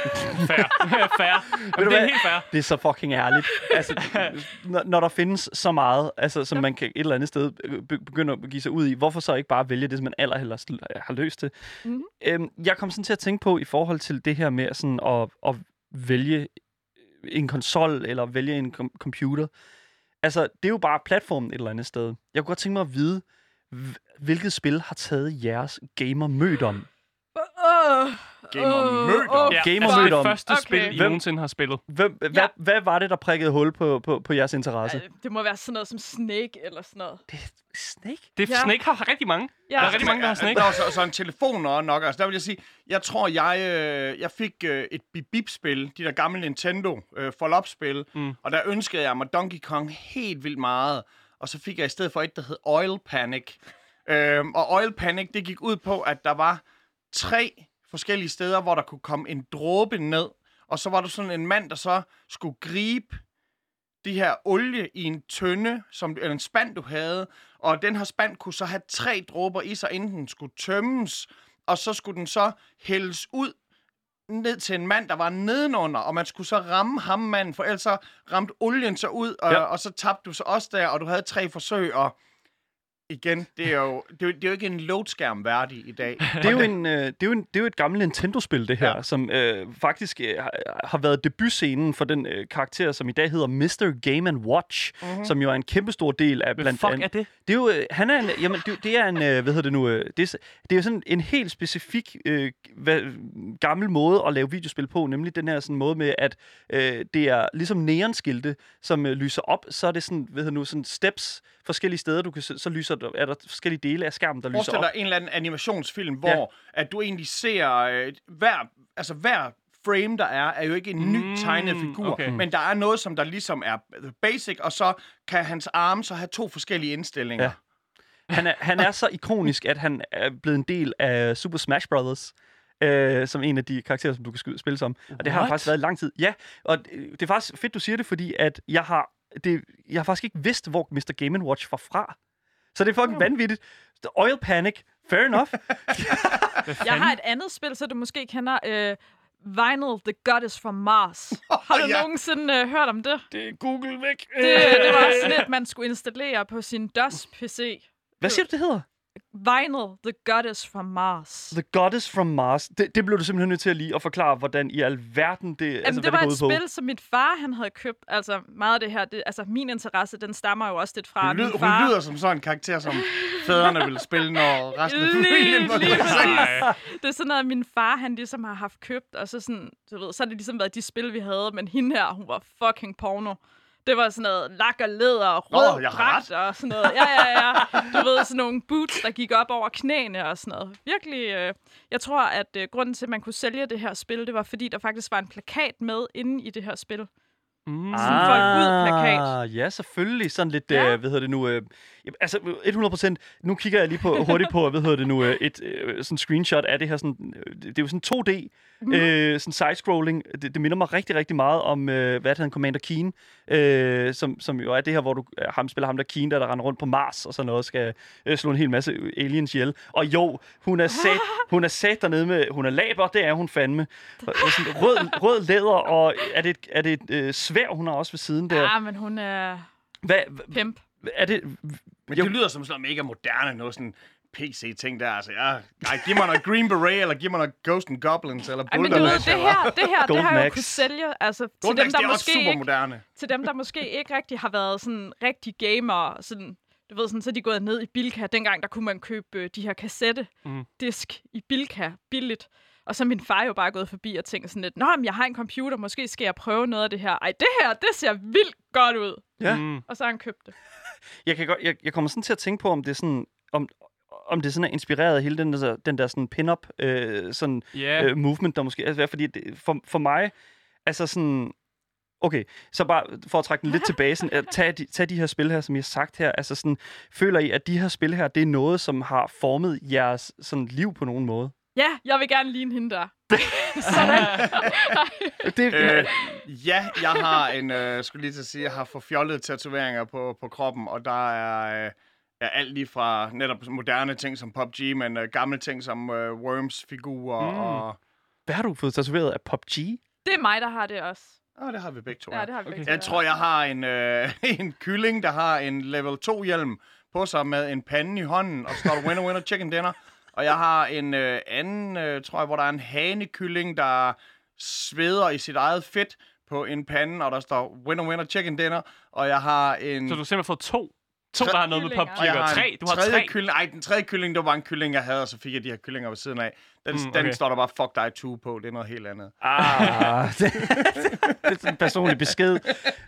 Fair. Fair. Det er helt fair. Det er så fucking ærligt. Altså, når, når der findes så meget, altså, som ja. man kan et eller andet sted begynde at give sig ud i, hvorfor så ikke bare vælge det, som man allerhelst har løst det? Mm-hmm. Øhm, jeg kom sådan til at tænke på i forhold til det her med sådan at, at vælge en konsol eller vælge en com- computer. Altså, det er jo bare platformen et eller andet sted. Jeg kunne godt tænke mig at vide, hvilket spil har taget jeres gamer-mødom? Uh, Gamer-mødom? uh, ja, Gamer altså mødom. det første okay. spil, I nogensinde har spillet. Hvem, ja. hvad, hvad var det, der prikkede hul på, på, på jeres interesse? Ja, det må være sådan noget som Snake eller sådan noget. Det er Snake? Det, ja. Snake har rigtig mange. Ja. Der er rigtig mange, der har Snake. Der er så, så en telefon nok. Altså, der vil jeg sige, jeg tror, jeg, øh, jeg fik øh, et bip-bip-spil, de der gamle Nintendo øh, follow-up-spil, mm. og der ønskede jeg mig Donkey Kong helt vildt meget. Og så fik jeg i stedet for et, der hed Oil Panic. Øh, og Oil Panic, det gik ud på, at der var tre forskellige steder, hvor der kunne komme en dråbe ned, og så var der sådan en mand, der så skulle gribe de her olie i en tønde, som, eller en spand, du havde, og den her spand kunne så have tre dråber i sig, inden den skulle tømmes, og så skulle den så hældes ud ned til en mand, der var nedenunder, og man skulle så ramme ham manden, for ellers så ramte olien så ud, og, ja. og så tabte du så også der, og du havde tre forsøg, og igen, det er jo, det er jo, det er jo ikke en loadskærm værdig i dag. Det er jo, en, øh, det er jo, en, det er jo et gammelt Nintendo-spil, det her, ja. som øh, faktisk øh, har været debutscenen for den øh, karakter, som i dag hedder mister Game and Watch, mm-hmm. som jo er en kæmpestor del af... Hvad fuck an, er det? Det er jo, øh, han er en, jamen, det, det er en, øh, hvad hedder det nu, øh, det, er, det er jo sådan en helt specifik øh, hvad, gammel måde at lave videospil på, nemlig den her sådan måde med, at øh, det er ligesom neonskilte, som øh, lyser op, så er det sådan, hvad hedder nu, sådan steps forskellige steder, du kan så lyser der, er der forskellige dele af skærmen, der lyser op. Forestil dig en eller anden animationsfilm, hvor ja. at du egentlig ser øh, hver, altså hver frame, der er, er jo ikke en ny mm, tegnet figur, okay. men der er noget, som der ligesom er basic, og så kan hans arme så have to forskellige indstillinger. Ja. Han, er, han er så ikonisk, at han er blevet en del af Super Smash Brothers. Øh, som en af de karakterer, som du kan spille som. Og det har What? faktisk været i lang tid. Ja, og det er faktisk fedt, du siger det, fordi at jeg har, det, jeg har faktisk ikke vidst, hvor mister Game and Watch var fra. Så det er fucking vanvittigt. Oil Panic Fair enough. Jeg har et andet spil, så du måske kender øh, Vinyl, The Goddess from Mars. Har du ja. nogensinde øh, hørt om det? Det er Google væk. Det, det var sådan et, man skulle installere på sin DOS-P C. Hvad siger du, det hedder? Vinyl, The Goddess from Mars. The Goddess from Mars. Det, det blev du simpelthen nødt til at lige at forklare, hvordan i alverden det, Jamen, altså, det hvad var det et går ud på. spil, som mit far han havde købt. Altså meget af det her, det, altså min interesse, den stammer jo også lidt fra Hun, lyd, min far. hun lyder som sådan en karakter, som fædrene ville spille, når resten af Lige- familien var lige ude. præcis. Det er sådan noget, min far han ligesom har haft købt, og så, sådan, du ved, så har det ligesom været de spil, vi havde. Men hende her, hun var fucking porno. Det var sådan noget lak og læder og rød Åh, jeg har dragt og sådan noget. Ja, ja, ja. Du ved, sådan nogle boots, der gik op over knæene og sådan noget. Virkelig, øh, jeg tror, at øh, grunden til, at man kunne sælge det her spil, det var, fordi der faktisk var en plakat med inde i det her spil. Mm. Sådan en folk ud-plakat. Ja, selvfølgelig. Sådan lidt, Ja. øh, hvad hedder det nu, øh, altså hundrede procent, nu kigger jeg lige på, hurtigt på, hvad hedder det nu, øh, et øh, sådan screenshot af det her, sådan, øh, det er jo sådan to D, mm. øh, sådan side-scrolling. Det, det minder mig rigtig, rigtig meget om, øh, hvad hedder han, Commander Keen, øh, som, som jo er det her, hvor du øh, ham spiller ham der Keen, der, der render rundt på Mars og sådan noget, skal øh, slå en hel masse aliens ihjel. Og jo, hun er sat, hun er sat dernede med, hun er laber, det er hun fandme. Og, og sådan rød, rød læder, og er det, er det et øh, svær, hun har også ved siden der? Ja, men hun er Hvad, pimp. er det... Men det lyder som sådan mega moderne, noget sådan P C-ting der. Altså, ja, ej, giv mig noget Green Beret, eller giv mig noget Ghost and Goblins, eller Ej, men du ved, Buldermatch. det her, det her, det Golden har jeg jo Axe. kunnet sælge, altså til Golden dem, Axe, der det er også måske super ikke, moderne. til dem, der måske ikke rigtig har været sådan rigtig gamer, sådan, du ved, sådan, så er de gået ned i Bilka. Dengang, der kunne man købe øh, de her kassettedisk mm. i Bilka billigt. Og så er min far jo bare gået forbi og tænkt sådan lidt, nå, men jeg har en computer, måske skal jeg prøve noget af det her. Ej, det her, det ser vildt godt ud. Ja. Mm. Og så har han købt det. Jeg, kan godt, jeg, jeg kommer sådan til at tænke på, om det er sådan... Om, om det sådan er inspireret af hele den der, den der sådan pin-up øh, sådan, Yeah. øh, movement, der måske... Altså, fordi det, for, for mig, altså sådan... Okay, så bare for at trække den lidt tilbage, sådan, at tage, de, tage de her spil her, som jeg har sagt her, altså sådan, føler I, at de her spil her, det er noget, som har formet jeres sådan, liv på nogen måde? Ja, jeg vil gerne ligne hende der. Sådan. Det, Øh, ja, jeg har en, øh, skulle lige til at sige, jeg har forfjollede tatoveringer på, på kroppen, og der er, øh, er alt lige fra netop moderne ting som P U B G, men øh, gamle ting som øh, Worms-figurer Mm. og... Hvad har du fået tatoveret af P U B G? Det er mig, der har det også. Åh, det har vi begge to. Ja, det har vi Okay. begge Jeg to. tror, jeg har en, øh, en kylling, der har en level to hjelm på sig med en pande i hånden, og så står der winner, winner, chicken dinner. Og jeg har en øh, anden, øh, tror jeg, hvor der er en hanekylling, der sveder i sit eget fedt på en pande, og der står winner, winner, chicken dinner. Og jeg har en... Så du har simpelthen fået to? To, der har noget med P U B G og jeg at gøre. har Tre? en Du har tredje tre? Kylling, ej, den tredje kylling, det var en kylling, jeg havde, og så fik jeg de her kyllinger ved siden af. Den, Mm, mm, okay. den står der bare, fuck dig, to på. Det er noget helt andet. Ah, det, det er sådan en personlig besked.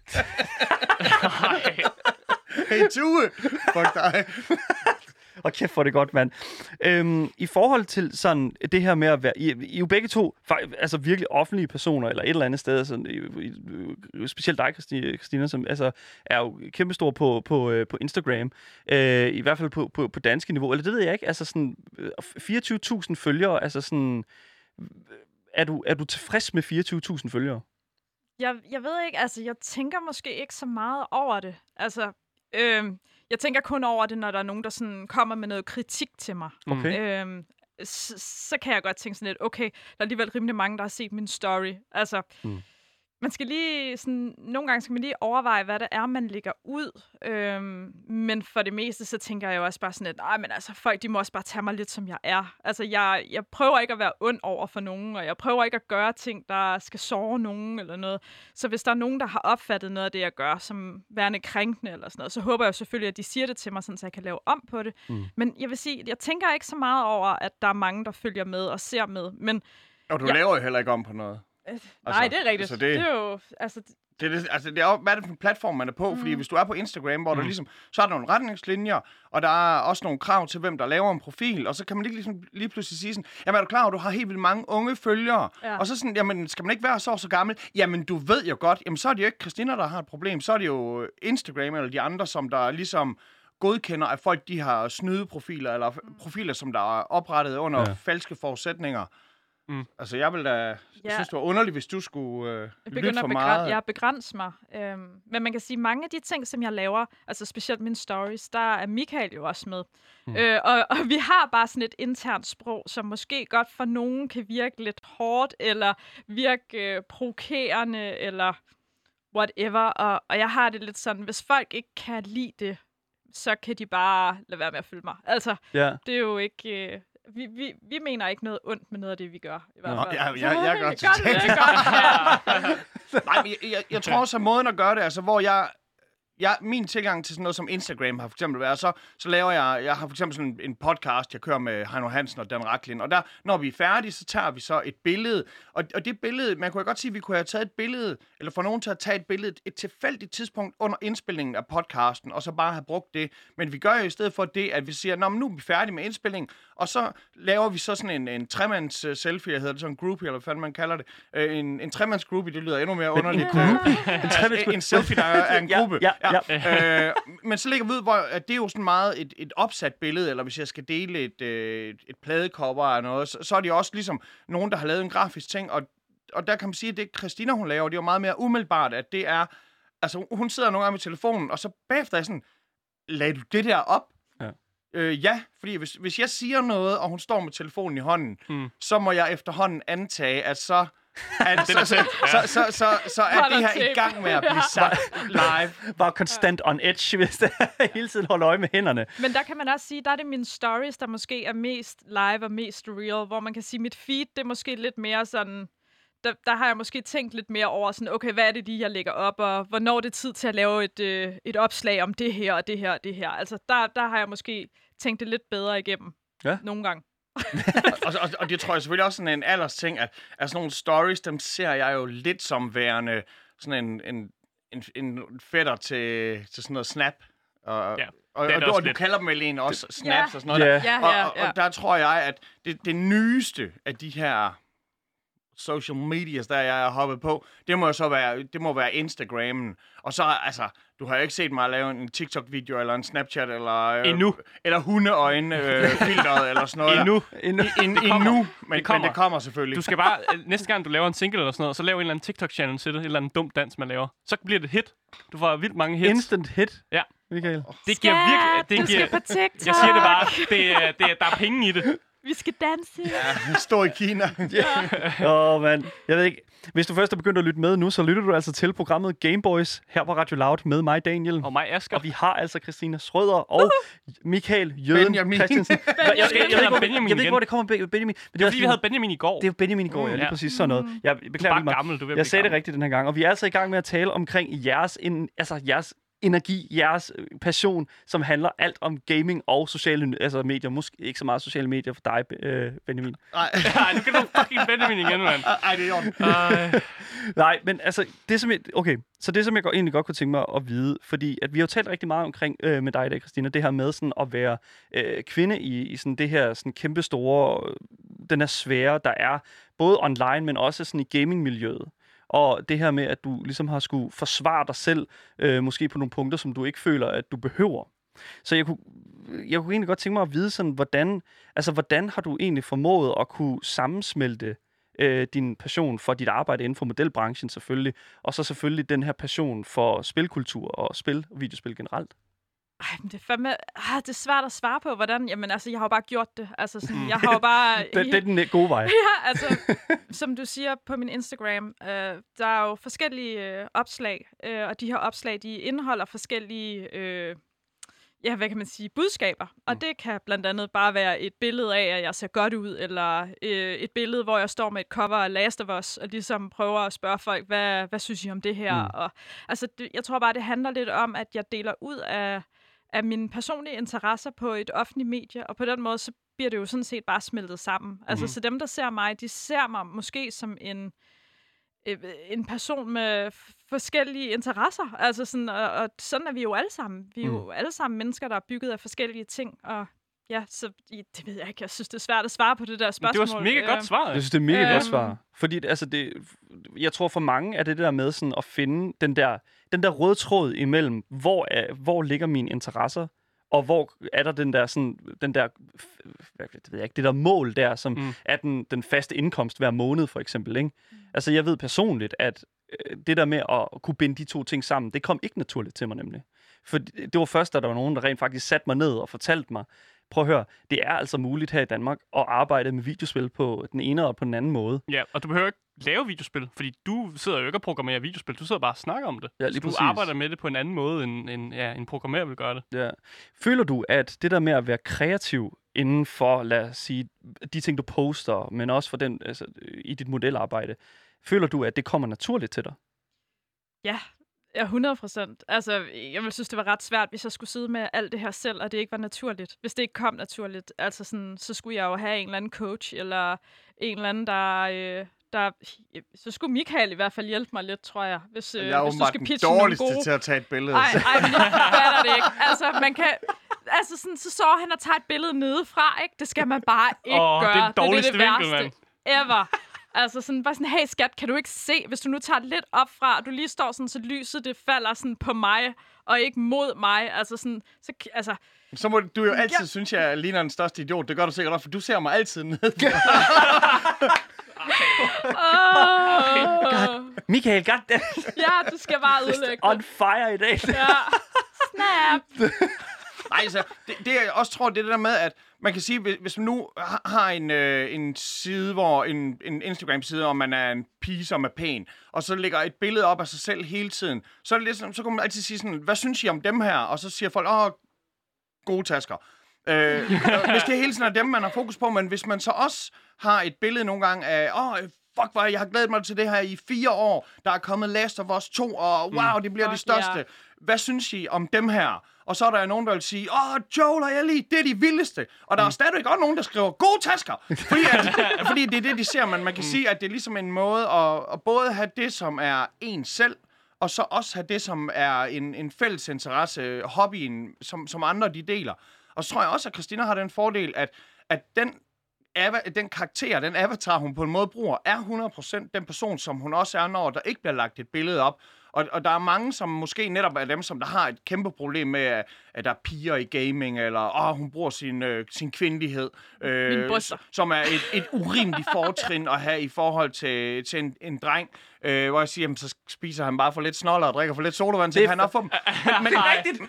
Hey, Tue! Fuck dig. Og kæft for det godt, mand. Øhm, I forhold til sådan det her med at være... I, I er jo begge to fa- altså virkelig offentlige personer, eller et eller andet sted. Sådan, i, i, specielt dig, Christi- Christina, som altså, er jo kæmpestor på, på, øh, på Instagram. Øh, I hvert fald på, på, på danske niveau. Eller det ved jeg ikke. Altså sådan øh, fireogtyve tusind følgere. Altså sådan... Er du, er du tilfreds med fireogtyve tusind følgere? Jeg, jeg ved ikke, altså jeg tænker måske ikke så meget over det. Altså, øhm, jeg tænker kun over det, når der er nogen, der sådan kommer med noget kritik til mig. Okay. Øhm, så, så kan jeg godt tænke sådan lidt, okay, der er alligevel rimelig mange, der har set min story. Altså, Mm. man skal lige sådan, nogle gange skal man lige overveje, hvad det er, man lægger ud. Øhm, men for det meste, så tænker jeg jo også bare sådan lidt, nej, men altså, folk, de må også bare tage mig lidt, som jeg er. Altså, jeg, jeg prøver ikke at være ond over for nogen, og jeg prøver ikke at gøre ting, der skal såre nogen eller noget. Så hvis der er nogen, der har opfattet noget af det, jeg gør, som værende krænkende eller sådan noget, så håber jeg selvfølgelig, at de siger det til mig, sådan, så jeg kan lave om på det. Mm. Men jeg vil sige, jeg tænker ikke så meget over, at der er mange, der følger med og ser med, men... Og du Ja. laver jo heller ikke om på noget. Øh, nej, det er rigtigt. altså Det... det- det er jo... Altså, Det er, det, altså, det er jo, hvad er det for en platform, man er på? Mm. Fordi hvis du er på Instagram, hvor mm. der ligesom, så er der nogle retningslinjer, og der er også nogle krav til, hvem der laver en profil, og så kan man ikke ligesom lige pludselig sige sådan, jamen er du klar over, du har helt vildt mange unge følgere? Ja. Og så sådan, jamen skal man ikke være så og så gammel? Jamen du ved jo godt, jamen så er det jo ikke Christina, der har et problem, så er det jo Instagram eller de andre, som der ligesom godkender, at folk de har snydeprofiler, eller profiler, som der er oprettet under Ja. ja. falske forudsætninger. Mm. Altså, jeg ville da... Jeg Ja. synes, det var underligt, hvis du skulle øh, Jeg lytte begynder for at meget. begræn- jeg begrænser mig. Øhm, men man kan sige, mange af de ting, som jeg laver, altså specielt mine stories, der er Michael jo også med. Mm. Øh, og, og vi har bare sådan et internt sprog, som måske godt for nogen kan virke lidt hårdt, eller virke øh, provokerende, eller whatever. Og, og jeg har det lidt sådan, hvis folk ikke kan lide det, så kan de bare lade være med at følge mig. Altså, Ja. det er jo ikke... Øh, vi, vi, vi mener ikke noget ondt med noget af det, vi gør. I hvert Nå, fald. jeg, jeg, jeg gør Gør det, totalt. det er godt. Nej, men jeg, jeg, jeg tror også, at måden at gøre det, altså hvor jeg... Jeg, min tilgang til sådan noget som Instagram har for eksempel været, så, så laver jeg, jeg har for eksempel sådan en, en podcast, jeg kører med Heino Hansen og Dan Racklin, og der, når vi er færdige, så tager vi så et billede, og, og det billede, man kunne godt sige, at vi kunne have taget et billede, eller få nogen til at tage et billede, et tilfældigt tidspunkt under indspilningen af podcasten, og så bare have brugt det, men vi gør jo i stedet for det, at vi siger, nå, men nu er vi færdige med indspilningen, og så laver vi så sådan en, en tremands uh, selfie, jeg hedder det sådan en groupie, eller hvad fanden man kalder det, uh, en, en tremands groupie, det lyder endnu mere underligt. En, en selfie, der er en gruppe. Ja, ja. Ja. Øh, men så lægger vi ud, hvor at det er jo sådan meget et, et opsat billede, eller hvis jeg skal dele et, øh, et pladecover eller noget, så, så er det også ligesom nogen, der har lavet en grafisk ting, og, og der kan man sige, at det Christina, hun laver, det er jo meget mere umiddelbart, at det er, altså hun sidder nogle gange med telefonen, og så bagefter er sådan, lagde du det der op? Ja. Øh, ja, fordi hvis, hvis jeg siger noget, og hun står med telefonen i hånden, Hmm. så må jeg efterhånden antage, at så... At, så, så, så, så, så, så er Hold det her tape. i gang med at blive sagt live. Bare konstant on edge, hvis det hele tiden holder øje med hænderne. Men der kan man også sige, der er det mine stories, der måske er mest live og mest real, hvor man kan sige, mit feed, det er måske lidt mere sådan... Der, der har jeg måske tænkt lidt mere over, sådan, okay, hvad er det lige, jeg lægger op, og hvornår er det tid til at lave et, øh, et opslag om det her, og det her, og det her. Altså, der, der har jeg måske tænkt det lidt bedre igennem. Ja. Nogle gange. og, og, og det tror jeg selvfølgelig også sådan en alders ting, at, at sådan nogle stories, dem ser jeg jo lidt som værende sådan en, en, en, en fætter til, til sådan noget Snap. Og, Ja, og, det er og, det og, også og du lidt. kalder dem vel egentlig også Snaps Ja. og sådan noget. Ja. Der. Ja, Og, ja, og, ja. og der tror jeg, at det, det nyeste af de her social medias, der jeg er hoppet på, det må jo så være, det må være Instagrammen. Og så, altså, du har jo ikke set mig lave en TikTok-video, eller en Snapchat, eller... Øh, Endnu. Eller hundeøjne-filteret, øh, eller sådan noget. Endnu. Endnu. I, en, kommer. endnu, men Det det kommer. kommer, men det kommer selvfølgelig. Du skal bare, øh, næste gang du laver en single eller sådan noget, så lav en eller anden TikTok-channel til det, et eller andet dumt dans, man laver. Så bliver det et hit. Du får vildt mange hits. Instant hit, Ja. Michael. Det giver virkelig... Det du giver, skal på TikTok. jeg siger det bare, det, er- det, er- der er penge i det. Vi skal danse. Stå i Kina. Åh, oh, mand. Jeg ved ikke. Hvis du først er begyndt at lytte med nu, så lytter du altså til programmet Gameboys her på Radio Loud med mig, Daniel. Og mig, Asger. Og vi har altså Christina Schrøder og Michael Jøden Benjamin. Christensen. Jeg, jeg, jeg, skal ikke jeg, ved kalde ikke, ham hvor, Benjamin jeg ved ikke, igen. hvor det kommer Be- Benjamin. Men Det var er fordi, vi havde Benjamin i går. Det er jo Benjamin i går, ja, lige Ja. præcis sådan noget. Jeg beklager bare lige mig. gammel, du er ved at Jeg blive sagde det gammel. rigtigt den her gang. Og vi er altså i gang med at tale omkring jeres, in, altså jeres energi, jeres øh, passion, som handler alt om gaming og sociale altså medier. Måske ikke så meget sociale medier for dig, øh, Benjamin. Nej, Nej, nu kan du fucking Benjamin igen, mand. Ej, det er i orden. Ej. Nej, men altså, det som jeg, okay, så det som jeg godt, egentlig godt kunne tænke mig at vide, fordi at vi har jo talt rigtig meget omkring øh, med dig i dag, Christina, det her med sådan at være øh, kvinde i, i sådan det her sådan kæmpe store, øh, den her sfære, der er både online, men også sådan i gamingmiljøet. Og det her med, at du ligesom har skulle forsvare dig selv, øh, måske på nogle punkter, som du ikke føler, at du behøver. Så jeg kunne, jeg kunne egentlig godt tænke mig at vide, sådan, hvordan, altså, hvordan har du egentlig formået at kunne sammensmelte øh, din passion for dit arbejde inden for modelbranchen selvfølgelig, og så selvfølgelig den her passion for spilkultur og spil og videospil generelt? Ej, men det er fandme... Ah, det er svært at svare på, hvordan... Jamen, altså, jeg har jo bare gjort det. Altså, sådan, jeg har jo bare... Det, det er den gode vej. Ja, altså, som du siger på min Instagram, øh, der er jo forskellige øh, opslag, øh, og de her opslag, de indeholder forskellige, øh, ja, hvad kan man sige, budskaber. Og Mm. det kan blandt andet bare være et billede af, at jeg ser godt ud, eller øh, et billede, hvor jeg står med et cover af Last of Us, og ligesom prøver at spørge folk, hvad, hvad synes I om det her? Mm. Og, altså, det, jeg tror bare, det handler lidt om, at jeg deler ud af, af mine personlige interesser på et offentligt medie, og på den måde, så bliver det jo sådan set bare smeltet sammen. Mm. Altså, så dem, der ser mig, de ser mig måske som en, øh, en person med f- forskellige interesser. Altså sådan, og, og sådan er vi jo alle sammen. Vi er Mm. jo alle sammen mennesker, der er bygget af forskellige ting, og ja, så i- det ved jeg ikke. Jeg synes, det er svært at svare på det der Men spørgsmål. det var mega Øh, godt svaret. Jeg synes, det er mega Øhm. godt svar. Fordi altså, det, jeg tror for mange er det der med sådan at finde den der, den der røde tråd imellem, hvor, er, hvor ligger mine interesser, Og hvor er der den der, sådan, den der hvad, det ved jeg ikke, det der mål der, som mm. er den, den faste indkomst hver måned, for eksempel, ikke? Mm. Altså, jeg ved personligt, at øh, det der med at kunne binde de to ting sammen, det kom ikke naturligt til mig, nemlig. For det var først, da der var nogen, der rent faktisk satte mig ned og fortalte mig, prøv at høre, det er altså muligt her i Danmark at arbejde med videospil på den ene og på den anden måde. Ja, og du behøver ikke lave videospil, fordi du sidder jo ikke og programmerer videospil. Du sidder bare og snakker om det. Ja, lige så du præcis. arbejder med det på en anden måde, end, end ja, en programmerer vil gøre det. Ja. Føler du, at det der med at være kreativ inden for, lad os sige, de ting, du poster, men også for den, altså, i dit modelarbejde, føler du, at det kommer naturligt til dig? Ja, ja, hundrede procent. Altså, jeg ville synes, det var ret svært, hvis jeg skulle sidde med alt det her selv, og det ikke var naturligt. Hvis det ikke kom naturligt, altså sådan, så skulle jeg jo have en eller anden coach, eller en eller anden, der... Øh, der så skulle Michael i hvert fald hjælpe mig lidt, tror jeg. Hvis, øh, jeg er hvis du skal pitche den dårligste gode... til at tage et billede. Ej, ej, men jeg fatter det ikke. Altså, man kan... Altså, sådan, så står han og tager et billede nedefra, ikke? Det skal man bare ikke oh, gøre. Det er den dårligste det er det, vinkel, mand. Ever. Altså sådan, bare sådan, hey skat, kan du ikke se, hvis du nu tager lidt op fra, og du lige står sådan, så lyset det falder sådan på mig, og ikke mod mig. Altså sådan, så, altså... Så må du jo altid, ja. synes jeg, ligner den største idiot. Det gør du sikkert også, for du ser mig altid ned. oh. Michael, god ja, du skal bare udlægge on fire i dag. Ja. Snap. Nej, altså, det, det jeg også tror, det er det der med, at man kan sige, hvis, hvis man nu har en, øh, en side, hvor en, en Instagram-side, hvor man er en pige, som er pæn, og så lægger et billede op af sig selv hele tiden, så er det lidt sådan, så kan man altid sige sådan, hvad synes I om dem her? Og så siger folk, åh, gode tasker. Øh, hvis det hele tiden er dem, man har fokus på, men hvis man så også har et billede nogle gange af, åh, fuck, hvor jeg har glædet mig til det her i fire år, der er kommet Last of Us to, og wow, det bliver mm. det største. Yeah. Hvad synes I om dem her? Og så er der nogen, der vil sige, åh, Joel og Ellie, det er de vildeste. Og der mm. er stadigvæk også nogen, der skriver, gode tasker. Fordi, at, fordi det er det, de ser, men man kan mm. sige, at det er ligesom en måde at, at både have det, som er en selv, og så også have det, som er en, en fælles interesse, hobbyen, som, som andre de deler. Og så tror jeg også, at Christina har den fordel, at, at den, den karakter, den avatar, hun på en måde bruger, er hundrede procent den person, som hun også er, når der ikke bliver lagt et billede op. Og, og der er mange, som måske netop er dem, som der har et kæmpe problem med, at, at der er piger i gaming, eller åh, hun bruger sin, øh, sin kvindelighed, øh, som er et, et urimeligt fortrin at have i forhold til, til en, en dreng. Øh, hvor jeg siger, jamen, så spiser han bare for lidt snoller og drikker for lidt sodavand, så han har fået dem. Men, men,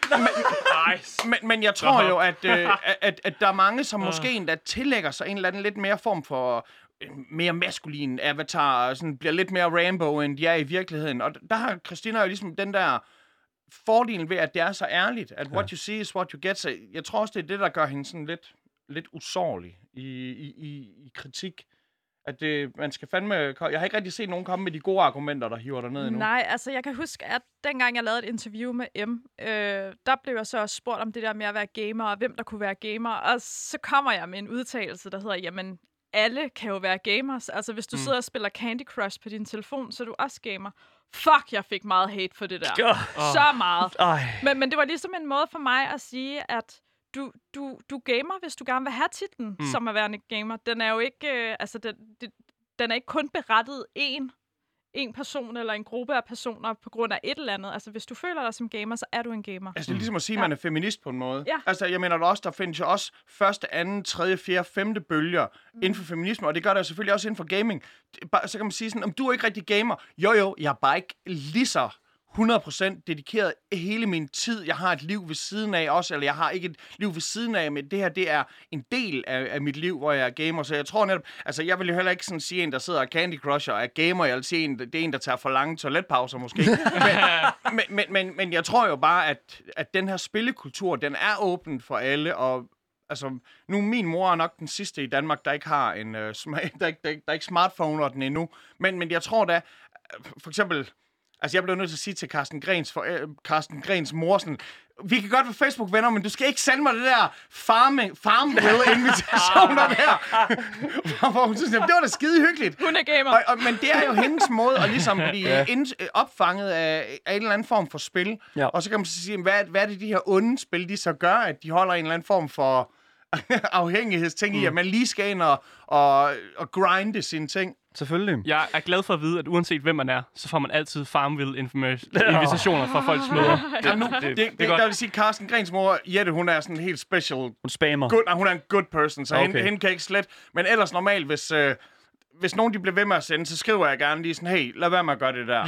men, men, men jeg tror jo, at, øh, at, at der er mange, som måske endda tillægger sig en eller anden lidt mere form for mere maskulin avatar, og sådan bliver lidt mere Rambo, end de er i virkeligheden. Og der har Christina jo ligesom den der fordelen ved, at det er så ærligt, at what you see is what you get. Så jeg tror også, det er det, der gør hende sådan lidt, lidt usårlig i, i, i, i kritik. At det, man skal fandme... Jeg har ikke rigtig set nogen komme med de gode argumenter, der hiver der ned endnu. Nej, altså jeg kan huske, at dengang jeg lavede et interview med M, øh, der blev jeg så også spurgt om det der med at være gamer, og hvem der kunne være gamer. Og så kommer jeg med en udtalelse, der hedder, jamen, alle kan jo være gamers. Altså, hvis du mm. sidder og spiller Candy Crush på din telefon, så er du også gamer. Fuck, jeg fik meget hate for det der. Oh. Så meget. Men, men det var ligesom en måde for mig at sige, at du, du, du gamer, hvis du gerne vil have titlen mm. som at være en gamer. Den er jo ikke, øh, altså, den, det, den er ikke kun berettet én, en person eller en gruppe af personer på grund af et eller andet. Altså, hvis du føler dig som gamer, så er du en gamer. Altså, det er ligesom at sige, at man ja. er feminist på en måde. Ja. Altså, jeg mener også, der findes jo også første, anden, tredje, fjerde, femte bølger mm. inden for feminisme, og det gør der selvfølgelig også inden for gaming. Så kan man sige sådan, om du er ikke rigtig gamer. Jo, jo, jeg er bare ikke lige så hundrede procent dedikeret hele min tid. Jeg har et liv ved siden af også, eller jeg har ikke et liv ved siden af, men det her, det er en del af, af mit liv, hvor jeg er gamer. Så jeg tror netop, altså jeg vil jo heller ikke sådan sige en, der sidder og Candy Crush og er gamer. Jeg vil sige en, det er en, der tager for lange toiletpauser måske. men, men, men, men, men jeg tror jo bare, at, at den her spillekultur, den er åben for alle, og altså, nu min mor er nok den sidste i Danmark, der ikke har en, uh, der, der, der, der ikke smartphone den endnu. Men, men jeg tror da, for eksempel, altså, jeg blev nødt til at sige til Carsten Grens, for, øh, Carsten Grens mor sådan, vi kan godt være Facebook-venner, men du skal ikke sende mig det der farming, farmville-invitationer der. Hvor hun synes, det var da skide hyggeligt. Hun er gamer. Og, og, men det er jo hendes måde at ligesom blive ja. ind, opfanget af, af en eller anden form for spil. Ja. Og så kan man så sige, hvad, hvad er det de her onde spil, de så gør, at de holder en eller anden form for afhængighedsting mm. i, at man lige skal ind og, og, og grinde sine ting. Selvfølgelig. Jeg er glad for at vide, at uanset hvem man er, så får man altid Farmville-invitationer fra folks møder. Det, det, det, det, det, der vil sige, Carsten Grens mor, Jette, hun er sådan en helt special... Hun spammer. Good, nej, hun er en good person, så okay. hende, hende kan ikke slet... Men ellers normalt, hvis... Øh, hvis nogen de bliver ved med at sende, så skriver jeg gerne lige sådan, hey, lad være med at gøre det der.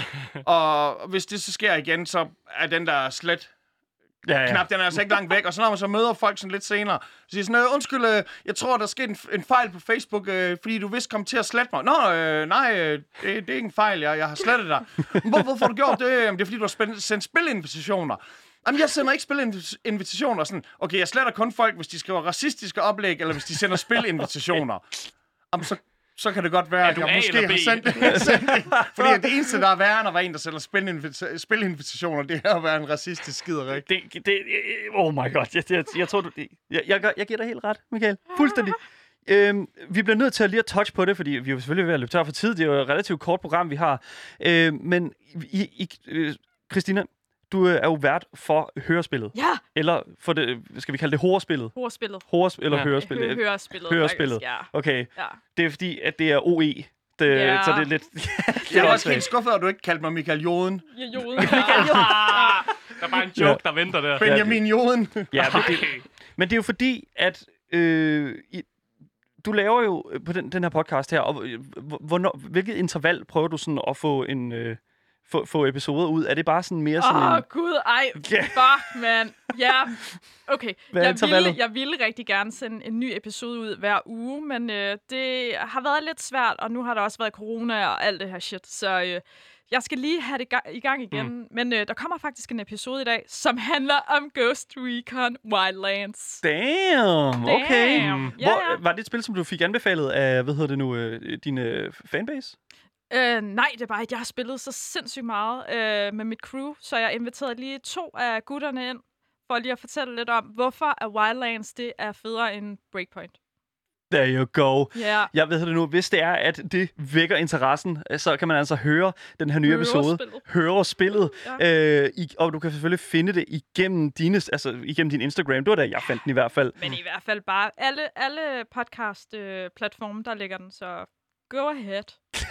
Og hvis det så sker igen, så er den der slet... Ja, ja. Knap, den er altså ikke langt væk, og så når man så møder folk sådan lidt senere, så siger sådan, øh, undskyld, øh, jeg tror, der er sket en, en fejl på Facebook, øh, fordi du vist kom til at slette mig. Nå, øh, nej, øh, det, det er ikke en fejl, jeg, jeg har slettet dig. Hvor, hvorfor har du gjort det? Jamen, det er fordi, du har spændt, sendt spilinvitationer. Jamen, jeg sender ikke spilinvitationer. Sådan, okay, jeg sletter kun folk, hvis de skriver racistiske oplæg, eller hvis de sender spilinvitationer. Jamen, så... så kan det godt være, at jeg måske har sendt det. Fordi det eneste, der er værre, når der er en, der sælger spilinvita- spilinvitationer, det er at være en racistisk skiderik. Det, det, oh my god, jeg, jeg, jeg tror, du... Jeg, jeg, jeg giver dig helt ret, Michael. Fuldstændig. Øhm, vi bliver nødt til at lige at touch på det, fordi vi er jo selvfølgelig ved at løbe tør for tid. Det er jo et relativt kort program, vi har. Øhm, men I, I, øh, Christina, du er jo vært for hørespillet. Ja! Eller for det, skal vi kalde det horespillet? Horespillet. Hores, eller ja. hørespillet? Hø- hørespillet. Hørespillet. Ja. Okay. Ja. Det er fordi, at det er O E. Det, ja. Så det er lidt... Jeg er også helt skuffet, at du ikke kaldte mig Michael Joden. Ja, Joden. Michael Joden. Der er bare en joke, der venter der. Benjamin Joden. Ja, men det, men det er jo fordi, at... Øh, i, du laver jo på den, den her podcast her, og hvornår, hvilket interval prøver du sådan at få en... Øh, Få, få episoder ud? Er det bare sådan mere sådan Åh, en... oh, gud, ej, Yeah. fuck, man. Ja, okay. Hvad er Jeg ville, intervallet? jeg ville rigtig gerne sende en ny episode ud hver uge, men øh, det har været lidt svært, og nu har der også været corona og alt det her shit, så øh, jeg skal lige have det ga- i gang igen. Mm. Men øh, der kommer faktisk en episode i dag, som handler om Ghost Recon Wildlands. Damn, okay. Damn. Hvor, Ja, ja. var det et spil, som du fik anbefalet af, hvad hedder det nu, øh, din øh, fanbase? Øh, nej, det er bare, at jeg har spillet så sindssygt meget øh, med mit crew, så jeg inviterede lige to af gutterne ind, for lige at fortælle lidt om, hvorfor at Wildlands det er federe end Breakpoint. There you go. Ja. Jeg ved det nu. Hvis det er, at det vækker interessen, så kan man altså høre den her nye Høre episode. spillet. Høre spillet. Ja. Øh, i, og du kan selvfølgelig finde det igennem, dine, altså, igennem din Instagram. Det var da, jeg fandt den i hvert fald. Men i hvert fald bare alle, alle podcast-platforme, der ligger den, så go ahead.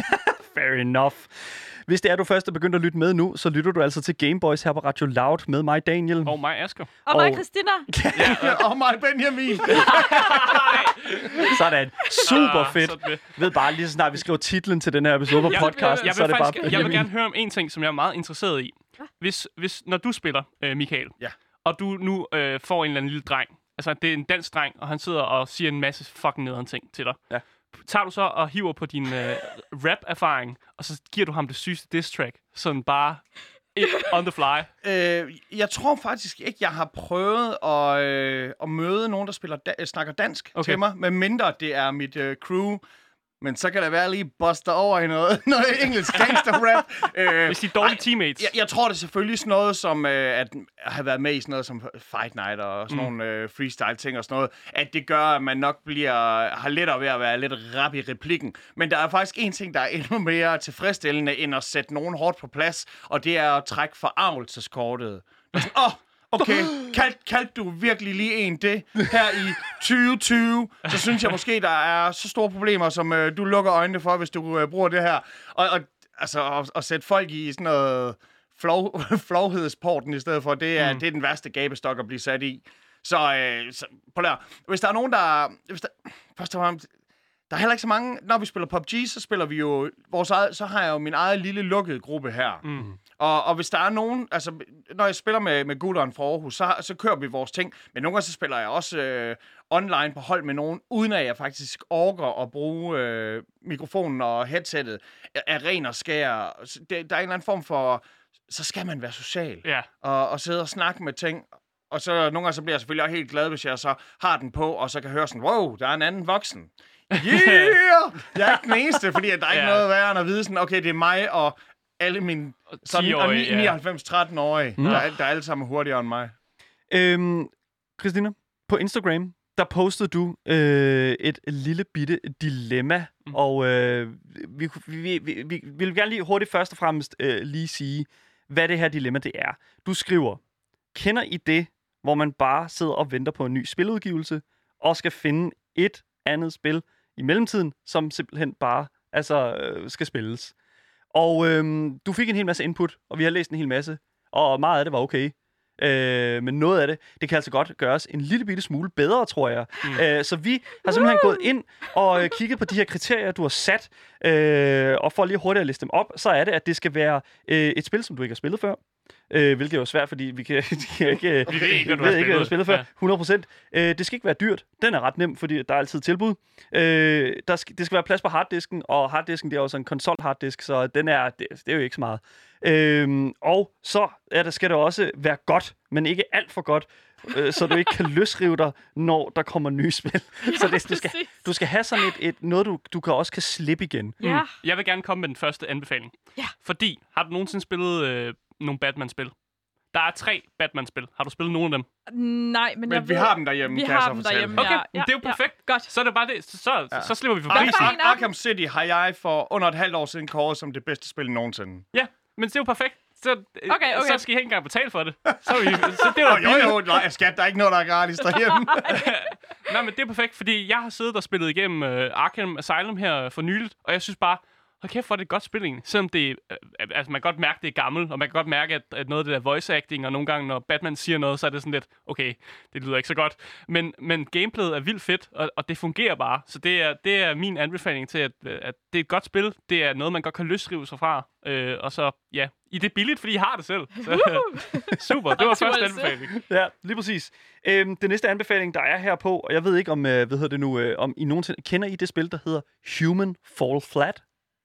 Fair enough. Hvis det er, du først er begyndt at lytte med nu, så lytter du altså til Gameboys her på Radio Loud med mig, Daniel. Og mig, Asger. Og mig, Og- Christina. Og mig, Benjamin. Sådan. Super Ah, fedt. sådan det. Jeg ved bare, lige så snart vi skriver titlen til den her episode på Jeg- podcasten, Jeg så er vil, det bare faktisk, jeg vil gerne høre om en ting, som jeg er meget interesseret i. Hvis, hvis når du spiller, øh, Michael, Ja. og du nu øh, får en eller anden lille dreng, altså det er en dansk dreng, og han sidder og siger en masse fucking nederen ting til dig. Ja. Tager du så og hiver på din øh, rap-erfaring, og så giver du ham det sygeste diss track, sådan bare on the fly. Øh, jeg tror faktisk ikke, jeg har prøvet at, øh, at møde nogen, der spiller da- snakker dansk Okay. til mig, medmindre det er mit øh, crew. Men så kan der være lige buster over i noget, noget engelsk gangster-rap. øh, Hvis de er dårlige ej, teammates. Jeg, jeg tror, det er selvfølgelig sådan noget som, øh, at have været med i sådan noget som Fight Night og sådan mm. nogle øh, freestyle-ting og sådan noget, at det gør, at man nok bliver, har lettere ved at være lidt rap i replikken. Men der er faktisk en ting, der er endnu mere tilfredsstillende, end at sætte nogen hårdt på plads, og det er at trække forarvelseskortet. Åh, oh, okay, kaldte kald du virkelig lige en det her i tyve tyve, så synes jeg måske, der er så store problemer, som øh, du lukker øjnene for, hvis du øh, bruger det her. Og, og altså, at, at sætte folk i sådan noget flov, flovhedsporten i stedet for, det er, mm. det er den værste gabestok at blive sat i. Så, øh, så på der. Hvis der er nogen, der... Hvis der først og fremmest, der er heller ikke så mange... Når vi spiller P U B G, så spiller vi jo vores eget, så har jeg jo min eget lille lukkede gruppe her. Mm. Og, og hvis der er nogen... Altså, når jeg spiller med, med gutteren fra Aarhus, så, så kører vi vores ting. Men nogle gange så spiller jeg også øh, online på hold med nogen, uden at jeg faktisk orker at bruge øh, mikrofonen og headsettet af ren og skær. Det, der er en eller anden form for... Så skal man være social. Ja. Og, og sidde og snakke med ting. Og så nogle gange så bliver jeg selvfølgelig også helt glad, hvis jeg så har den på, og så kan høre sådan, wow, der er en anden voksen. Yeah! Jeg er ikke den eneste, fordi at der er ikke Ja. noget værre end at vide sådan, okay, det er mig og alle mine sådan, og ti-årige, ja. nioghalvfems tretten-årige, mm. der, er- der er alle sammen hurtigere end mig. Øhm, Christina, på Instagram, der postede du øh, et lille bitte dilemma, mm. og øh, vi, kunne- vi, vi, vi, vi vil gerne lige hurtigt først og fremmest øh, lige sige, hvad det her dilemma det er. Du skriver, kender I det, hvor man bare sidder og venter på en ny spiludgivelse, og skal finde et andet spil i mellemtiden, som simpelthen bare altså, øh, skal spilles. Og øh, du fik en hel masse input, og vi har læst en hel masse, og meget af det var okay. Øh, men noget af det, det kan altså godt gøres en lille bitte smule bedre, tror jeg. Mm. Øh, så vi har simpelthen gået ind og øh, kigget på de her kriterier, du har sat, øh, og for lige hurtigt at liste dem op, så er det, at det skal være øh, et spil, som du ikke har spillet før. Øh, hvilket er jo svært, fordi vi kan, vi kan ikke, vi ved ikke, ved ikke, hvad du har spillet før. Ja. hundrede procent. Øh, det skal ikke være dyrt. Den er ret nem, fordi der er altid tilbud. Øh, der skal, det skal være plads på harddisken, og harddisken det er jo sådan en konsol-harddisk, så den er, det, det er jo ikke så meget. Øh, og så er der, skal det også være godt, men ikke alt for godt, øh, så du ikke kan løsrive dig, når der kommer nye spil. Ja, så det, du, skal, du skal have sådan et, et noget, du, du kan også kan slippe igen. Ja. Mm. Jeg vil gerne komme med den første anbefaling. Ja. Fordi, har du nogensinde spillet øh, nogle Batman-spil? Der er tre Batman-spil. Har du spillet nogen af dem? Nej, men, men jeg vi ved... har dem derhjemme, vi kan har jeg så dem fortælle. derhjemme, Okay, ja, ja, det er jo perfekt. Ja, godt. Så er det bare det. Så, så, ja. så slipper vi for Arkham, prisen. Arkham City har jeg for under et halvt år siden kåret som det bedste spil nogensinde. Ja, men det er jo perfekt. Så, okay, okay. så skal I ikke engang betale for det. Så, er vi, så det er oh, jo, jo, nej, skat, der er ikke noget, der er gratis derhjemme. Nej, men det er perfekt, fordi jeg har siddet og spillet igennem uh, Arkham Asylum her for nyligt, og jeg synes bare, hold kæft, hvor er det et godt spil egentlig. Selvom det, øh, altså man kan godt mærke, det er gammelt, og man kan godt mærke, at, at noget af det der voice acting, og nogle gange, når Batman siger noget, så er det sådan lidt, okay, det lyder ikke så godt. Men, men gameplayet er vildt fedt, og, og det fungerer bare. Så det er, det er min anbefaling til, at, at det er et godt spil. Det er noget, man godt kan løsrive sig fra. Øh, og så, ja, I det er billigt, fordi I har det selv. Så, super, det var første anbefaling. Ja, lige præcis. Øhm, det næste anbefaling, der er her på, og jeg ved ikke, om, øh, hvad hedder det nu, øh, om I nogensinde kender I det spil, der hedder Human Fall Flat?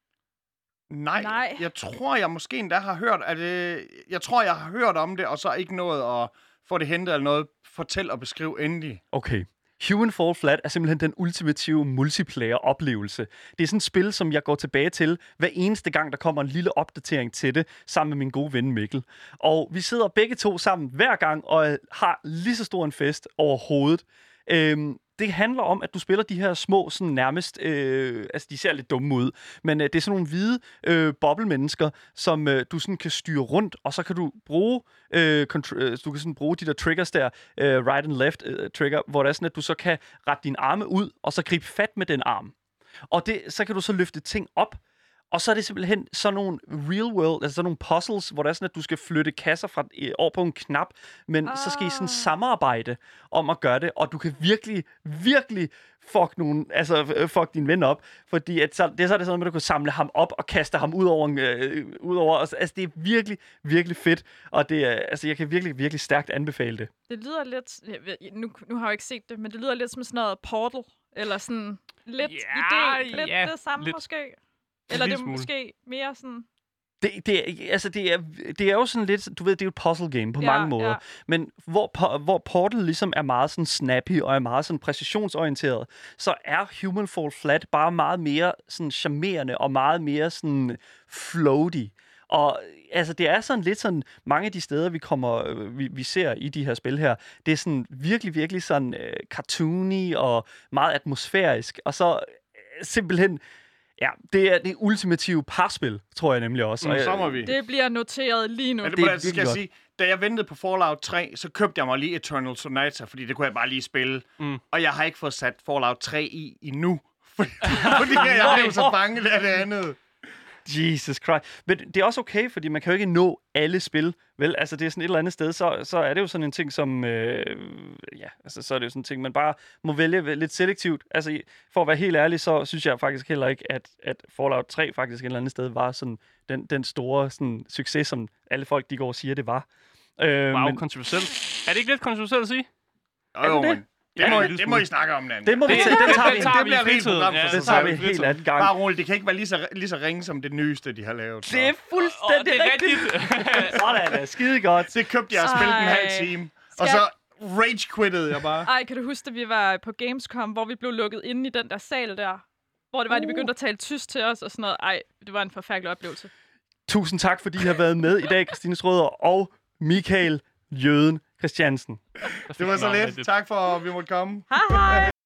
Nej, Nej, jeg tror, jeg måske endda har hørt, at det, jeg tror, jeg har hørt om det, og så ikke nået at få det hentet eller noget. Fortæl og beskriv endelig. Okay. Human Fall Flat er simpelthen den ultimative multiplayer-oplevelse. Det er sådan et spil, som jeg går tilbage til hver eneste gang, der kommer en lille opdatering til det, sammen med min gode ven Mikkel. Og vi sidder begge to sammen hver gang og har lige så stor en fest overhovedet. Øhm, Det handler om, at du spiller de her små, sådan nærmest, øh, altså de ser lidt dumme ud, men øh, det er sådan nogle hvide øh, boblemennesker, som øh, du sådan kan styre rundt, og så kan du bruge, øh, contr- øh, du kan sådan bruge de der triggers der, øh, right and left øh, trigger, hvor det er sådan, at du så kan rette dine arme ud, og så gribe fat med den arm. Og det, så kan du så løfte ting op, og så er det simpelthen sådan nogle real world, altså sådan nogle puzzles, hvor det er sådan, at du skal flytte kasser fra, øh, over på en knap, men ah. så skal I sådan samarbejde om at gøre det, og du kan virkelig, virkelig fuck, nogen, altså, fuck din ven op, fordi at så, det er så det sådan, at du kan samle ham op og kaste ham ud over, øh, ud over altså det er virkelig, virkelig fedt, og det er, altså jeg kan virkelig, virkelig stærkt anbefale det. Det lyder lidt, nu, nu har jeg ikke set det, men det lyder lidt som sådan noget Portal, eller sådan lidt ja, idé, lidt ja, det samme lidt. måske. Eller det er måske mere sådan... Det, det, er, altså det, er, det er jo sådan lidt, du ved, det er jo et puzzle game på ja, mange måder, ja. men hvor, hvor Portal ligesom er meget sådan snappy og er meget sådan præcisionsorienteret, så er Human Fall Flat bare meget mere sådan charmerende og meget mere sådan floaty. Og altså, det er sådan lidt sådan, mange af de steder, vi kommer, vi, vi ser i de her spil her, det er sådan virkelig, virkelig sådan uh, cartoony og meget atmosfærisk, og så uh, simpelthen... Ja, det er det ultimative parspil, tror jeg nemlig også. Mm, så må vi. Det bliver noteret lige nu. Men det, det, det skal jeg sige, da jeg ventede på Fallout tre, så købte jeg mig lige Eternal Sonata, fordi det kunne jeg bare lige spille. Mm. Og jeg har ikke fået sat Fallout tre i endnu, fordi, fordi jeg blev så bange af det andet. Jesus Christ. Men det er også okay, fordi man kan jo ikke nå alle spil, vel? Altså, det er sådan et eller andet sted, så, så er det jo sådan en ting, som... Øh, ja, altså, så er det jo sådan en ting, man bare må vælge lidt selektivt. Altså, for at være helt ærlig, så synes jeg faktisk heller ikke, at, at Fallout tre faktisk et eller andet sted var sådan den, den store sådan, succes, som alle folk, de går og siger, det var. Øh, wow, men... kontroversielt. Er det ikke lidt kontroversielt at sige? Jo, jo, men... Det, ja, må, det må I snakke om, den. Det må vi tage. Den tager vi, det, det bliver helt program for ja, sig. Det tager vi helt anden gang. Bare roligt, det kan ikke være lige så, lige så ringe som det nyeste, de har lavet. Så. Det er fuldstændig oh, rigtigt. Sådan er skide godt. Det købte jeg og spillede en halv time. Og så rage-quittede jeg bare. Ej, kan du huske, at vi var på Gamescom, hvor vi blev lukket inde i den der sal der? Hvor det var, uh. de begyndte at tale tysk til os og sådan noget. Ej, det var en forfærdelig oplevelse. Tusind tak, fordi I har været med i dag, Christine Schrøder og Michael Jøden Christiansen. Det var så lidt. Tak for, at vi måtte komme. Hej hej.